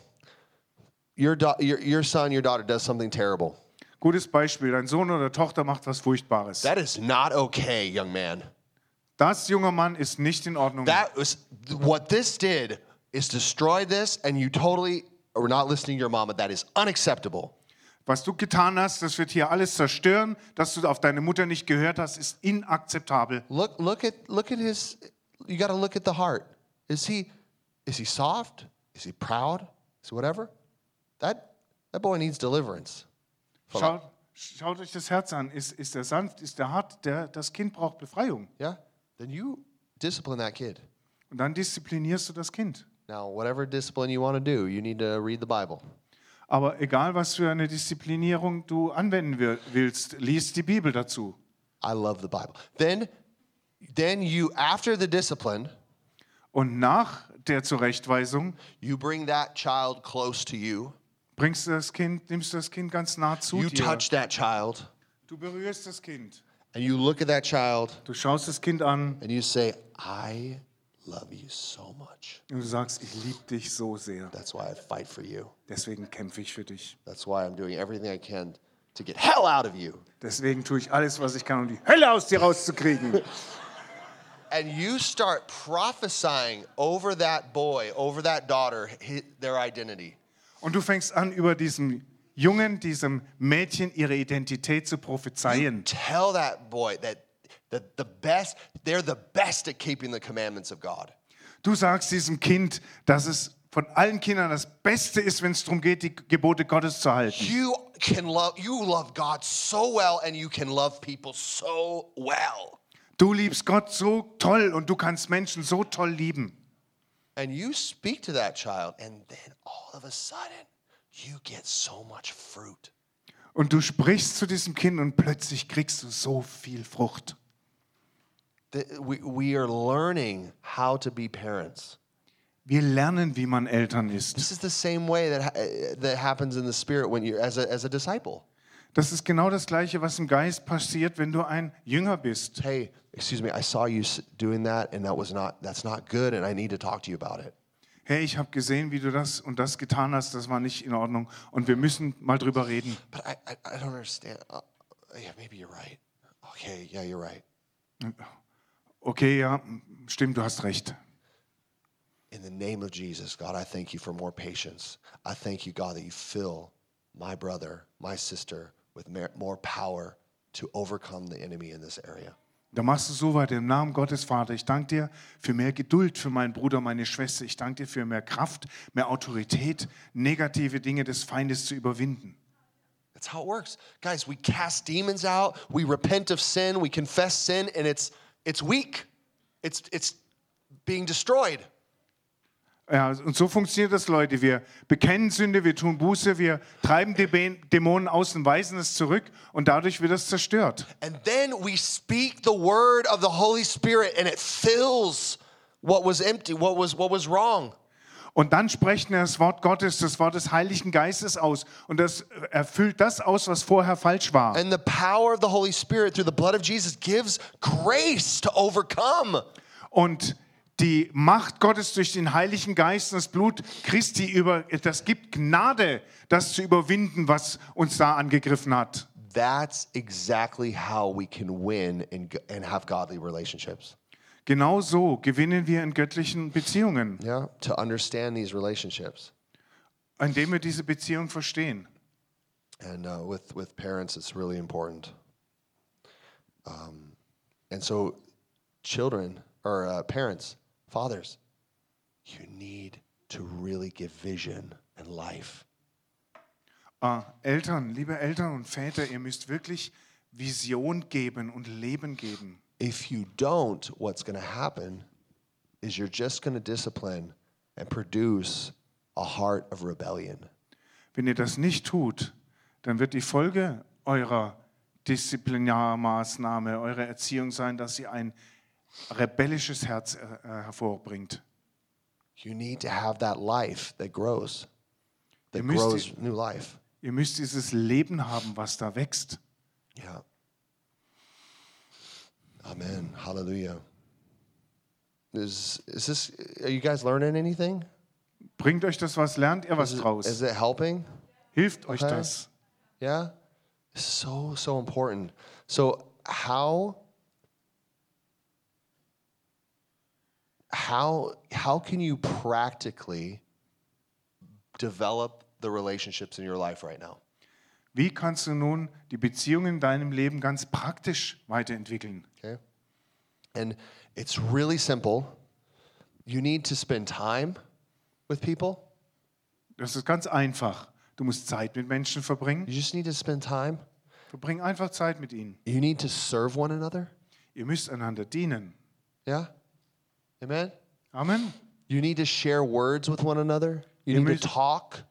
Your, da- your your son, your daughter does something terrible. Gutes Beispiel, dein Sohn oder Tochter macht was Furchtbares. That is not okay, young man. Das, junger Mann, ist nicht in Ordnung. That was what this did is destroy this, and you totally are not listening to your mama. That is unacceptable. Was du getan hast, das wird hier alles zerstören. Dass du auf deine Mutter nicht gehört hast, ist inakzeptabel. Look, look at look at his. You got to look at the heart. Is he is he soft? Is he proud? Is he whatever? That that boy needs deliverance. Schaut, schaut euch das Herz an. Ist, ist er sanft? Ist er hart? Der, das Kind braucht Befreiung. Yeah. Then you discipline that kid. Und dann disziplinierst du das Kind. Now, whatever discipline you want to do, you need to read the Bible. Aber egal, was für eine Disziplinierung du anwenden will- willst, lies die Bibel dazu. I love the Bible. Then, then you after the discipline, Und nach der Zurechtweisung you bring that child close to you. bringst du das Kind, nimmst du das Kind ganz nah zu You dir. touch that child, Du berührst das Kind. and you look at that child, Du schaust das Kind an and you say, "I love you so much. und du sagst, ich liebe dich so sehr. That's why I fight for you. Deswegen kämpfe ich für dich. That's why I'm doing everything I can to get hell out of you." Deswegen tue ich alles, was ich kann, um die Hölle aus dir rauszukriegen. And you start prophesying over that boy, over that daughter, hi- their identity. Und du fängst an, über diesem Jungen, diesem Mädchen ihre Identität zu You prophezeien. tell that boy that the, the best, they're the best at keeping the commandments of God. Du sagst diesem Kind, dass es von allen Kindern das Beste ist, wenn es darum geht, die Gebote Gottes zu halten. You can love, you love God so well, and you can love people so well. Du liebst Gott so toll und du kannst Menschen so toll lieben. And you speak to that child, and then all of a sudden, you get so much fruit. Und du sprichst zu diesem Kind und plötzlich kriegst du so viel Frucht. The- We, we are learning how to be parents. Wir lernen, wie man Eltern ist. This is the same way that ha- that happens in the spirit when you as a as a disciple. Das ist genau das Gleiche, was im Geist passiert, wenn du ein Jünger bist. Hey, excuse me, I saw you s- doing that, and that was not that's not good, and I need to talk to you about it. Hey, ich habe gesehen, wie du das und das getan hast, das war nicht in Ordnung und wir müssen mal drüber reden. But I I, I don't understand. Uh, yeah, maybe you're right. Okay, yeah, you're right. Okay, ja, stimmt, du hast recht. In the name of Jesus, God, I thank you for more patience. I thank you, God, that you fill my brother, my sister with mer- more power to overcome the enemy in this area. Da machst du so weiter im Namen Gottes, Vater. Ich danke dir für mehr Geduld für meinen Bruder, meine Schwester. Ich danke dir für mehr Kraft, mehr Autorität, negative Dinge des Feindes zu überwinden. That's how it works. Guys, we cast demons out, we repent of sin, we confess sin, and it's it's weak. It's it's being destroyed. Ja, und so funktioniert das, Leute. Wir bekennen Sünde, wir tun Buße, wir treiben die Dämonen aus und weisen es zurück und dadurch wird es zerstört. And then we speak the word of the Holy Spirit and it fills what was empty, what was what was wrong. Und dann sprechen wir das Wort Gottes, das Wort des Heiligen Geistes aus und das erfüllt das aus, was vorher falsch war. And the power of the Holy Spirit through the blood of Jesus gives grace to overcome. Und die Macht Gottes durch den Heiligen Geist und das Blut Christi, über, das gibt Gnade, das zu überwinden, was uns da angegriffen hat. That's exactly how we can win and, and have godly relationships. Genau so gewinnen wir in göttlichen Beziehungen, Yeah, to understand these relationships. indem wir diese Beziehung verstehen. And uh, with, with parents, it's really important. Um, and so children, or uh, parents, fathers, you need to really give vision and life. Ah, Eltern, liebe Eltern und Väter, ihr müsst wirklich Vision geben und Leben geben. If you don't, what's going to happen is you're just going to discipline and produce a heart of rebellion. Wenn ihr das nicht tut, dann wird die Folge eurer Disziplinarmaßnahme, eurer Erziehung sein, dass sie ein rebellisches Herz äh, hervorbringt. You need to have that life that grows, that Ihr müsst grows die- new life. Ihr müsst dieses Leben haben, was da wächst. Yeah. Amen. Hallelujah. Is is this? Are you guys learning anything? Bringt euch das was? Lernt ihr was Is it, draus? is it helping? Hilft euch Okay. das? Yeah. So so important. So how how how can you practically develop the relationships in your life right now? Wie kannst du nun die Beziehung in deinem Leben ganz praktisch weiterentwickeln? Okay. And it's really simple. You need to spend time with people. Das ist ganz einfach. Du musst Zeit mit Menschen verbringen. You just need to spend time. Verbring einfach Zeit mit ihnen. You need to serve one another. Ihr müsst einander dienen. Yeah? Amen? Amen. You need to share words with one another. You Ihr need müsst- to talk,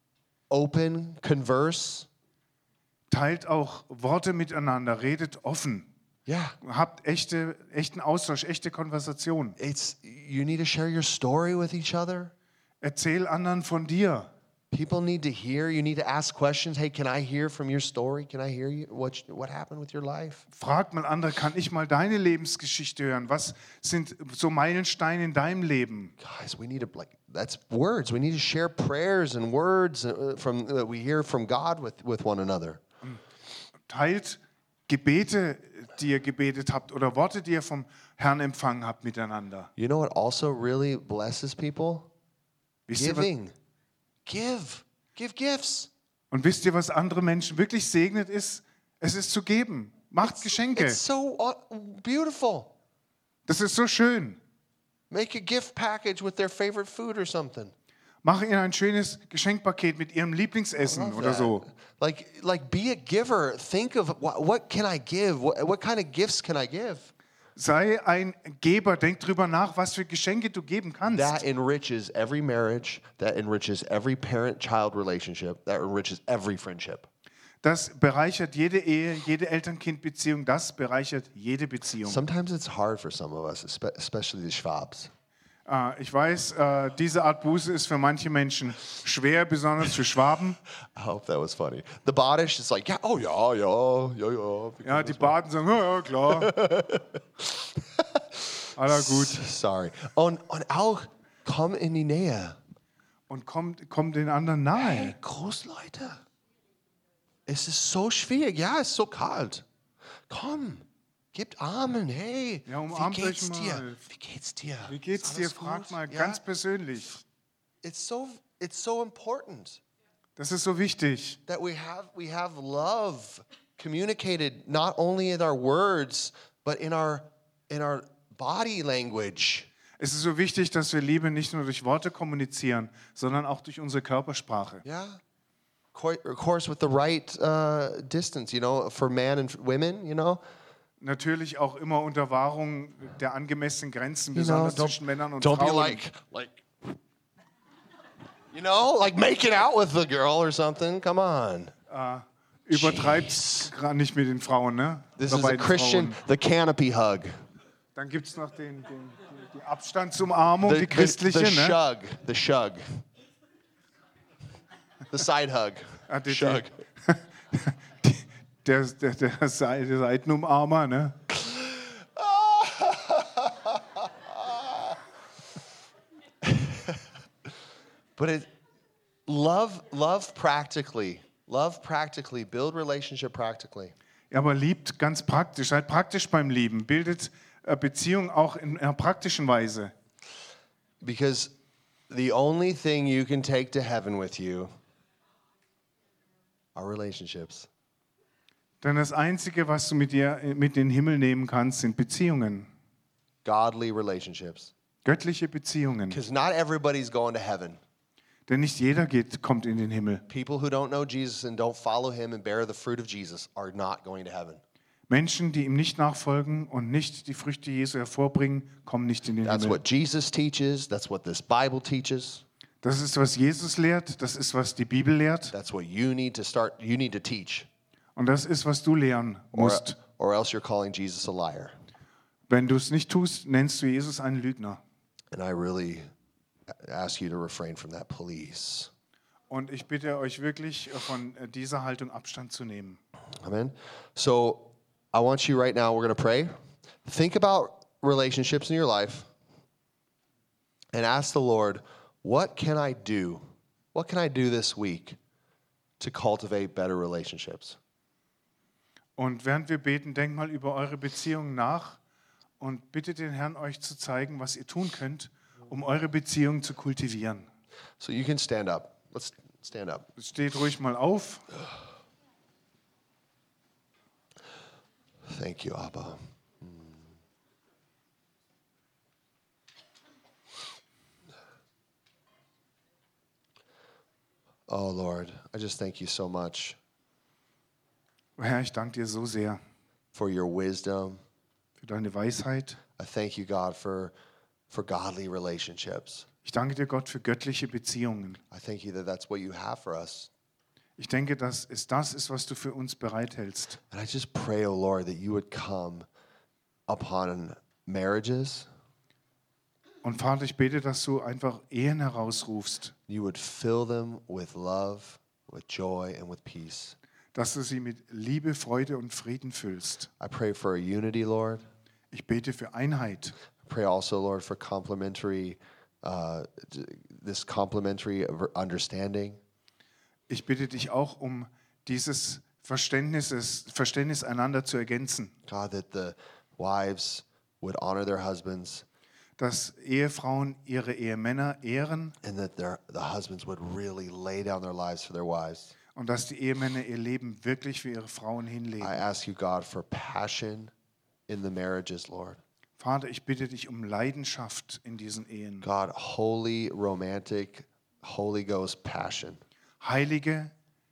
open, converse. Teilt auch Worte miteinander, redet offen. Yeah. Habt echte, echten Austausch, echte Konversation. It's you need to share your story with each other. Erzähl anderen von dir. People need to hear. You need to ask questions. Hey, can I hear from your story? Can I hear you? What what happened with your life? Frag mal andere, kann ich mal deine Lebensgeschichte hören? Was sind so Meilensteine in deinem Leben? Guys, we need to like that's words. We need to share prayers and words uh, from that we hear from God with with one another. Teilt Gebete, die ihr gebetet habt oder Worte, die ihr vom Herrn empfangen habt miteinander. You know what also really blesses people? Wisst ihr, was, Giving. Give. Give gifts. und wisst ihr, was andere Menschen wirklich segnet ist? Es ist zu geben. Macht Geschenke. It's so uh, beautiful. Das ist so schön. Make a gift package with their favorite food or something. Mach ihnen ein schönes Geschenkpaket mit ihrem Lieblingsessen Love oder that. so. Like, like, be a giver. Think of what, what can I give? What, what kind of gifts can I give? Sei ein Geber, denk drüber nach, was für Geschenke du geben kannst. That enriches every marriage. That enriches every parent-child relationship. That enriches every friendship. Das bereichert jede Ehe, jede Eltern-Kind-Beziehung, das bereichert jede Beziehung. Sometimes it's hard for some of us, espe- especially the Schwabs. Ah, ich weiß, äh, diese Art Buße ist für manche Menschen schwer, besonders für Schwaben. I hope that was funny. The Bodish is like, yeah, oh yeah, yeah, yeah, yeah. Ja, die Baden sagen, ja, ja klar. Aller gut. Sorry. Und, und auch, komm in die Nähe. Und kommt, kommt den anderen nahe. Hey, Großleute. Es ist so schwierig. Ja, es ist so kalt. Komm, gebt Armen. Hey, Ja, wie umarmt euch geht's dir? mal. Wie geht's dir? Wie geht's Ist dir? alles Frag gut? mal Ja? ganz persönlich. It's so, it's so important Das ist so wichtig, that we have, we have love communicated not only in our words, but in our, in our body language. Es ist so wichtig, dass wir Liebe nicht nur durch Worte kommunizieren, sondern auch durch unsere Körpersprache. Yeah. Co- Of course, with the right uh, distance, you know, for men and women, you know. Natürlich auch immer unter Wahrung der angemessenen Grenzen, You know, besonders zwischen Männern und don't be Frauen. like, like, you know, like making out with the girl or something. Come on. Übertreibt's gerade nicht mit den Frauen, ne? This Oder is a beiden Christian, Frauen. the canopy hug. Dann gibt es noch den, den, die, die Abstandsumarmung, The, die the, christliche, the ne? shug. The shug. The side hug. Ah, die, Shug. die, der, der, der, Seite- der Seitenumarmer, ne? But it, love, love practically. Love practically. Build relationship practically. Ja, aber liebt ganz praktisch, seid praktisch beim Lieben, bildet äh, Beziehung auch in einer praktischen Weise. Because the only thing you can take to heaven with you are relationships. Denn das Einzige, was du mit dir mit in den Himmel nehmen kannst, sind Beziehungen, Godly relationships. göttliche Beziehungen. Because not everybody's going to heaven. Denn nicht jeder geht, kommt in den Himmel. People who don't know Jesus and don't follow him and bear the fruit of Jesus are not going to heaven. Menschen, die ihm nicht nachfolgen und nicht die Früchte Jesu hervorbringen, kommen nicht in den That's Himmel. what Jesus teaches. That's what this Bible teaches. Das ist, was Jesus lehrt, das ist, was die Bibel lehrt That's what you need to start, you need to teach. und das ist, was du lehren Or, musst. or else you're calling Jesus a liar. Wenn du es nicht tust, nennst du Jesus einen Lügner. And I really ask you to refrain from that, please. Und ich bitte euch wirklich, von dieser Haltung Abstand zu nehmen. Amen. So I want you right now, we're going to pray. Think about relationships in your life and ask the Lord, what can I do? What can I do this week to cultivate better relationships? Und während wir beten, denkt mal über eure Beziehungen nach und bittet den Herrn, euch zu zeigen, was ihr tun könnt, um eure Beziehungen zu kultivieren. So you can stand up. Let's stand up. Steht ruhig mal auf. Thank you, Abba. Oh, Lord, I just thank you so much Herr, ich danke dir so sehr for your wisdom. für deine Weisheit. I thank you, God, for, for godly relationships. Ich danke dir, Gott, für göttliche Beziehungen. I thank you that that's what you have for us. Ich denke, dass es das ist, was du für uns bereithältst. And I just pray, oh Lord, that you would come upon marriages. Und Vater, ich bete, dass du einfach Ehen herausrufst, You would fill them with love, with joy, and with peace. dass du sie mit Liebe, Freude und Frieden füllst. I pray for a unity, Lord. Ich bete für Einheit. I pray also, Lord, for complementary, uh, this complementary understanding. Ich bitte dich auch um dieses Verständnis, Verständnis einander zu ergänzen, God, that the wives would honor their husbands dass Ehefrauen ihre Ehemänner ehren and that their, the husbands would really lay down their lives for their wives. und dass die Ehemänner ihr Leben wirklich für ihre Frauen I hinlegen. ask you, God, for passion in the marriages, Lord. Vater, ich bitte dich um Leidenschaft in diesen Ehen. God, holy, romantic, Holy Ghost passion. Heilige,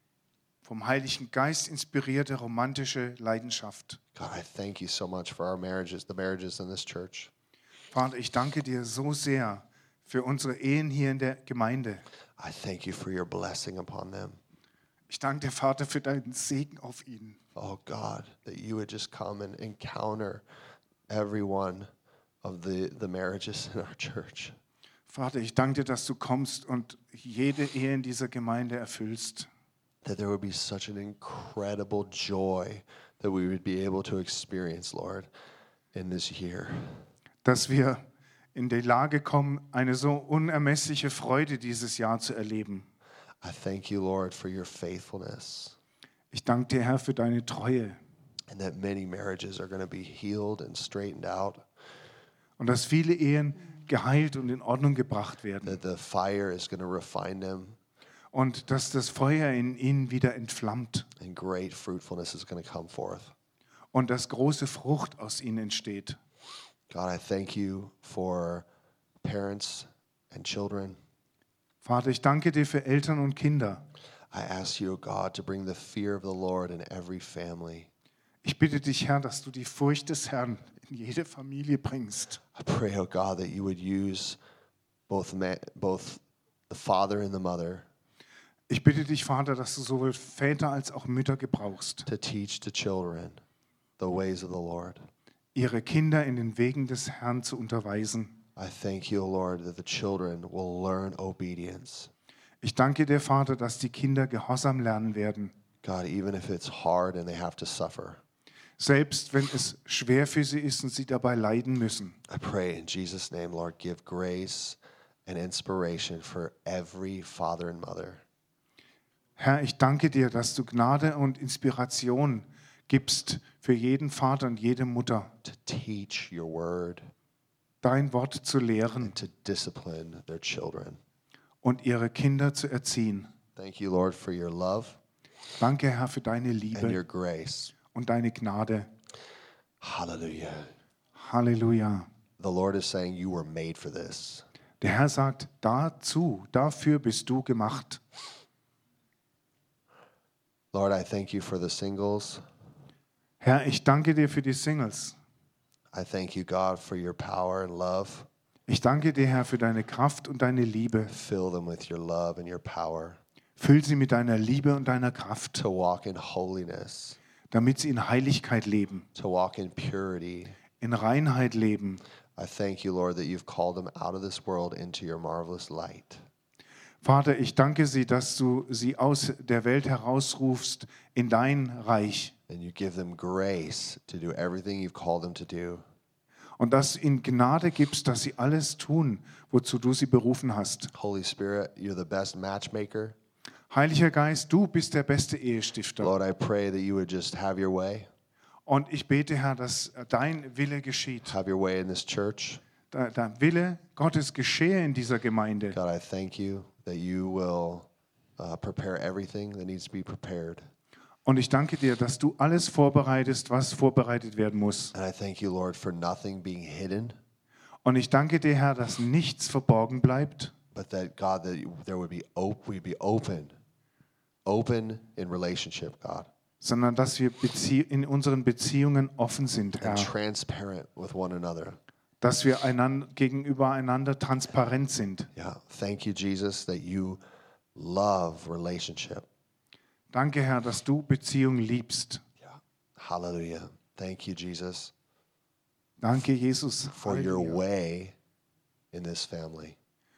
vom Heiligen Geist inspirierte romantische Leidenschaft. God, I thank you so much for our marriages, the marriages in this church. Vater, ich danke dir so sehr für unsere Ehen hier in der Gemeinde. I thank you for your blessing upon them. Ich danke dir, Vater, für deinen Segen auf ihnen. Oh God, that you would just come and encounter every one of the, the marriages in our church. Vater, ich danke dir, dass du kommst und jede Ehe in dieser Gemeinde erfüllst. That there would be such an incredible joy that we would be able to experience, Lord, in this year. Dass wir in die Lage kommen, eine so unermessliche Freude dieses Jahr zu erleben. I thank you, Lord, for your faithfulness. Ich danke dir, Herr, für deine Treue And that many marriages are going to be healed and straightened out. und dass viele Ehen geheilt und in Ordnung gebracht werden That the fire is going to refine them und dass das Feuer in ihnen wieder entflammt and great fruitfulness is going to come forth. und dass große Frucht aus ihnen entsteht. God, I thank you for parents and children. Vater, ich danke dir für Eltern und Kinder. I ask you, oh God, to bring the fear of the Lord in every family. Ich bitte dich, Herr, dass du die Furcht des Herrn in jede Familie bringst. I pray, oh God, that you would use both ma- both the father and the mother Ich bitte dich, Vater, dass du sowohl Väter als auch Mütter gebrauchst, to teach the children the ways of the Lord. ihre Kinder in den Wegen des Herrn zu unterweisen. I thank you, O Lord, that the children will learn obedience. Ich danke dir, Vater, dass die Kinder Gehorsam lernen werden, God, even if it's hard and they have to suffer. selbst wenn es schwer für sie ist und sie dabei leiden müssen. I pray in Jesus' name, Lord, give grace and inspiration for every father and mother. Herr, ich danke dir, dass du Gnade und Inspiration gibst für jeden Vater und jede Mutter, To teach your word dein Wort zu lehren and to discipline their children. und ihre Kinder zu erziehen. Thank you, Lord, for your love Danke, Herr, für deine and your Liebe grace. und deine Gnade. Hallelujah. Halleluja. The Lord is saying you were made for this. Der Herr sagt, dazu, dafür bist du gemacht. Lord, I thank you for the singles. Herr, ich danke dir für die Singles. I thank you, God, for your power and love. Ich danke dir, Herr, für deine Kraft und deine Liebe. Fill them with your love and your power Füll sie mit deiner Liebe und deiner Kraft, to walk in holiness, damit sie in Heiligkeit leben, to walk in purity. in Reinheit leben. I thank you, Lord, that you've called them out of this world into your marvelous light. Vater, ich danke sie, dass du sie aus der Welt herausrufst in dein Reich And you give them grace to do everything you've called them to do. und dass du ihnen Gnade gibst, dass sie alles tun, wozu du sie berufen hast. Holy Spirit, you're the best matchmaker. Heiliger Geist, du bist der beste Ehestifter. Lord, I pray that you would just have your way. Und ich bete, Herr, dass dein Wille geschieht. Have your way in this church. Der, der Wille Gottes geschehe in dieser Gemeinde. God, I thank you that you will uh, prepare everything that needs to be prepared. Und ich danke dir, dass du alles vorbereitest, was vorbereitet werden muss. And I thank you, Lord, for nothing being hidden, Und ich danke dir, Herr, dass nichts verborgen bleibt, but that, God, that there would be op- we'd be open, open in relationship, God, sondern dass wir Bezie- in unseren Beziehungen offen sind, Herr. and transparent with one another. Dass wir einander, gegenüber einander transparent sind. Yeah. Thank you, Jesus, that you love relationship. Danke, Herr, dass du Beziehung liebst. Yeah. Hallelujah. Thank you, Jesus, Danke, Jesus, for your Halleluja. way in this family.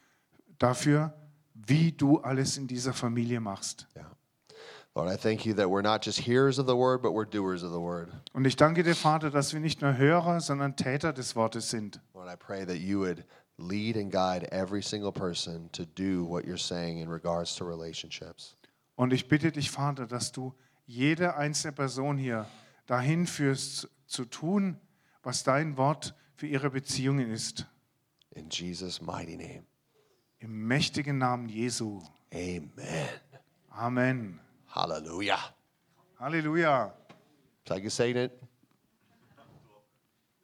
Dafür, wie du alles in dieser Familie machst. Yeah. Lord, I thank you that we're not just hearers of the word, but we're doers of the word. Und ich danke dir, Vater, dass wir nicht nur Hörer, sondern Täter des Wortes sind. Lord, I pray that you would lead and guide every single person to do what you're saying in regards to relationships. Und ich bitte dich, Vater, dass du jede einzelne Person hier dahin führst, zu tun, was dein Wort für ihre Beziehungen ist. In Jesus' mighty name. Im mächtigen Namen Jesu. Amen. Amen. Hallelujah. Halleluja. Shall I say it?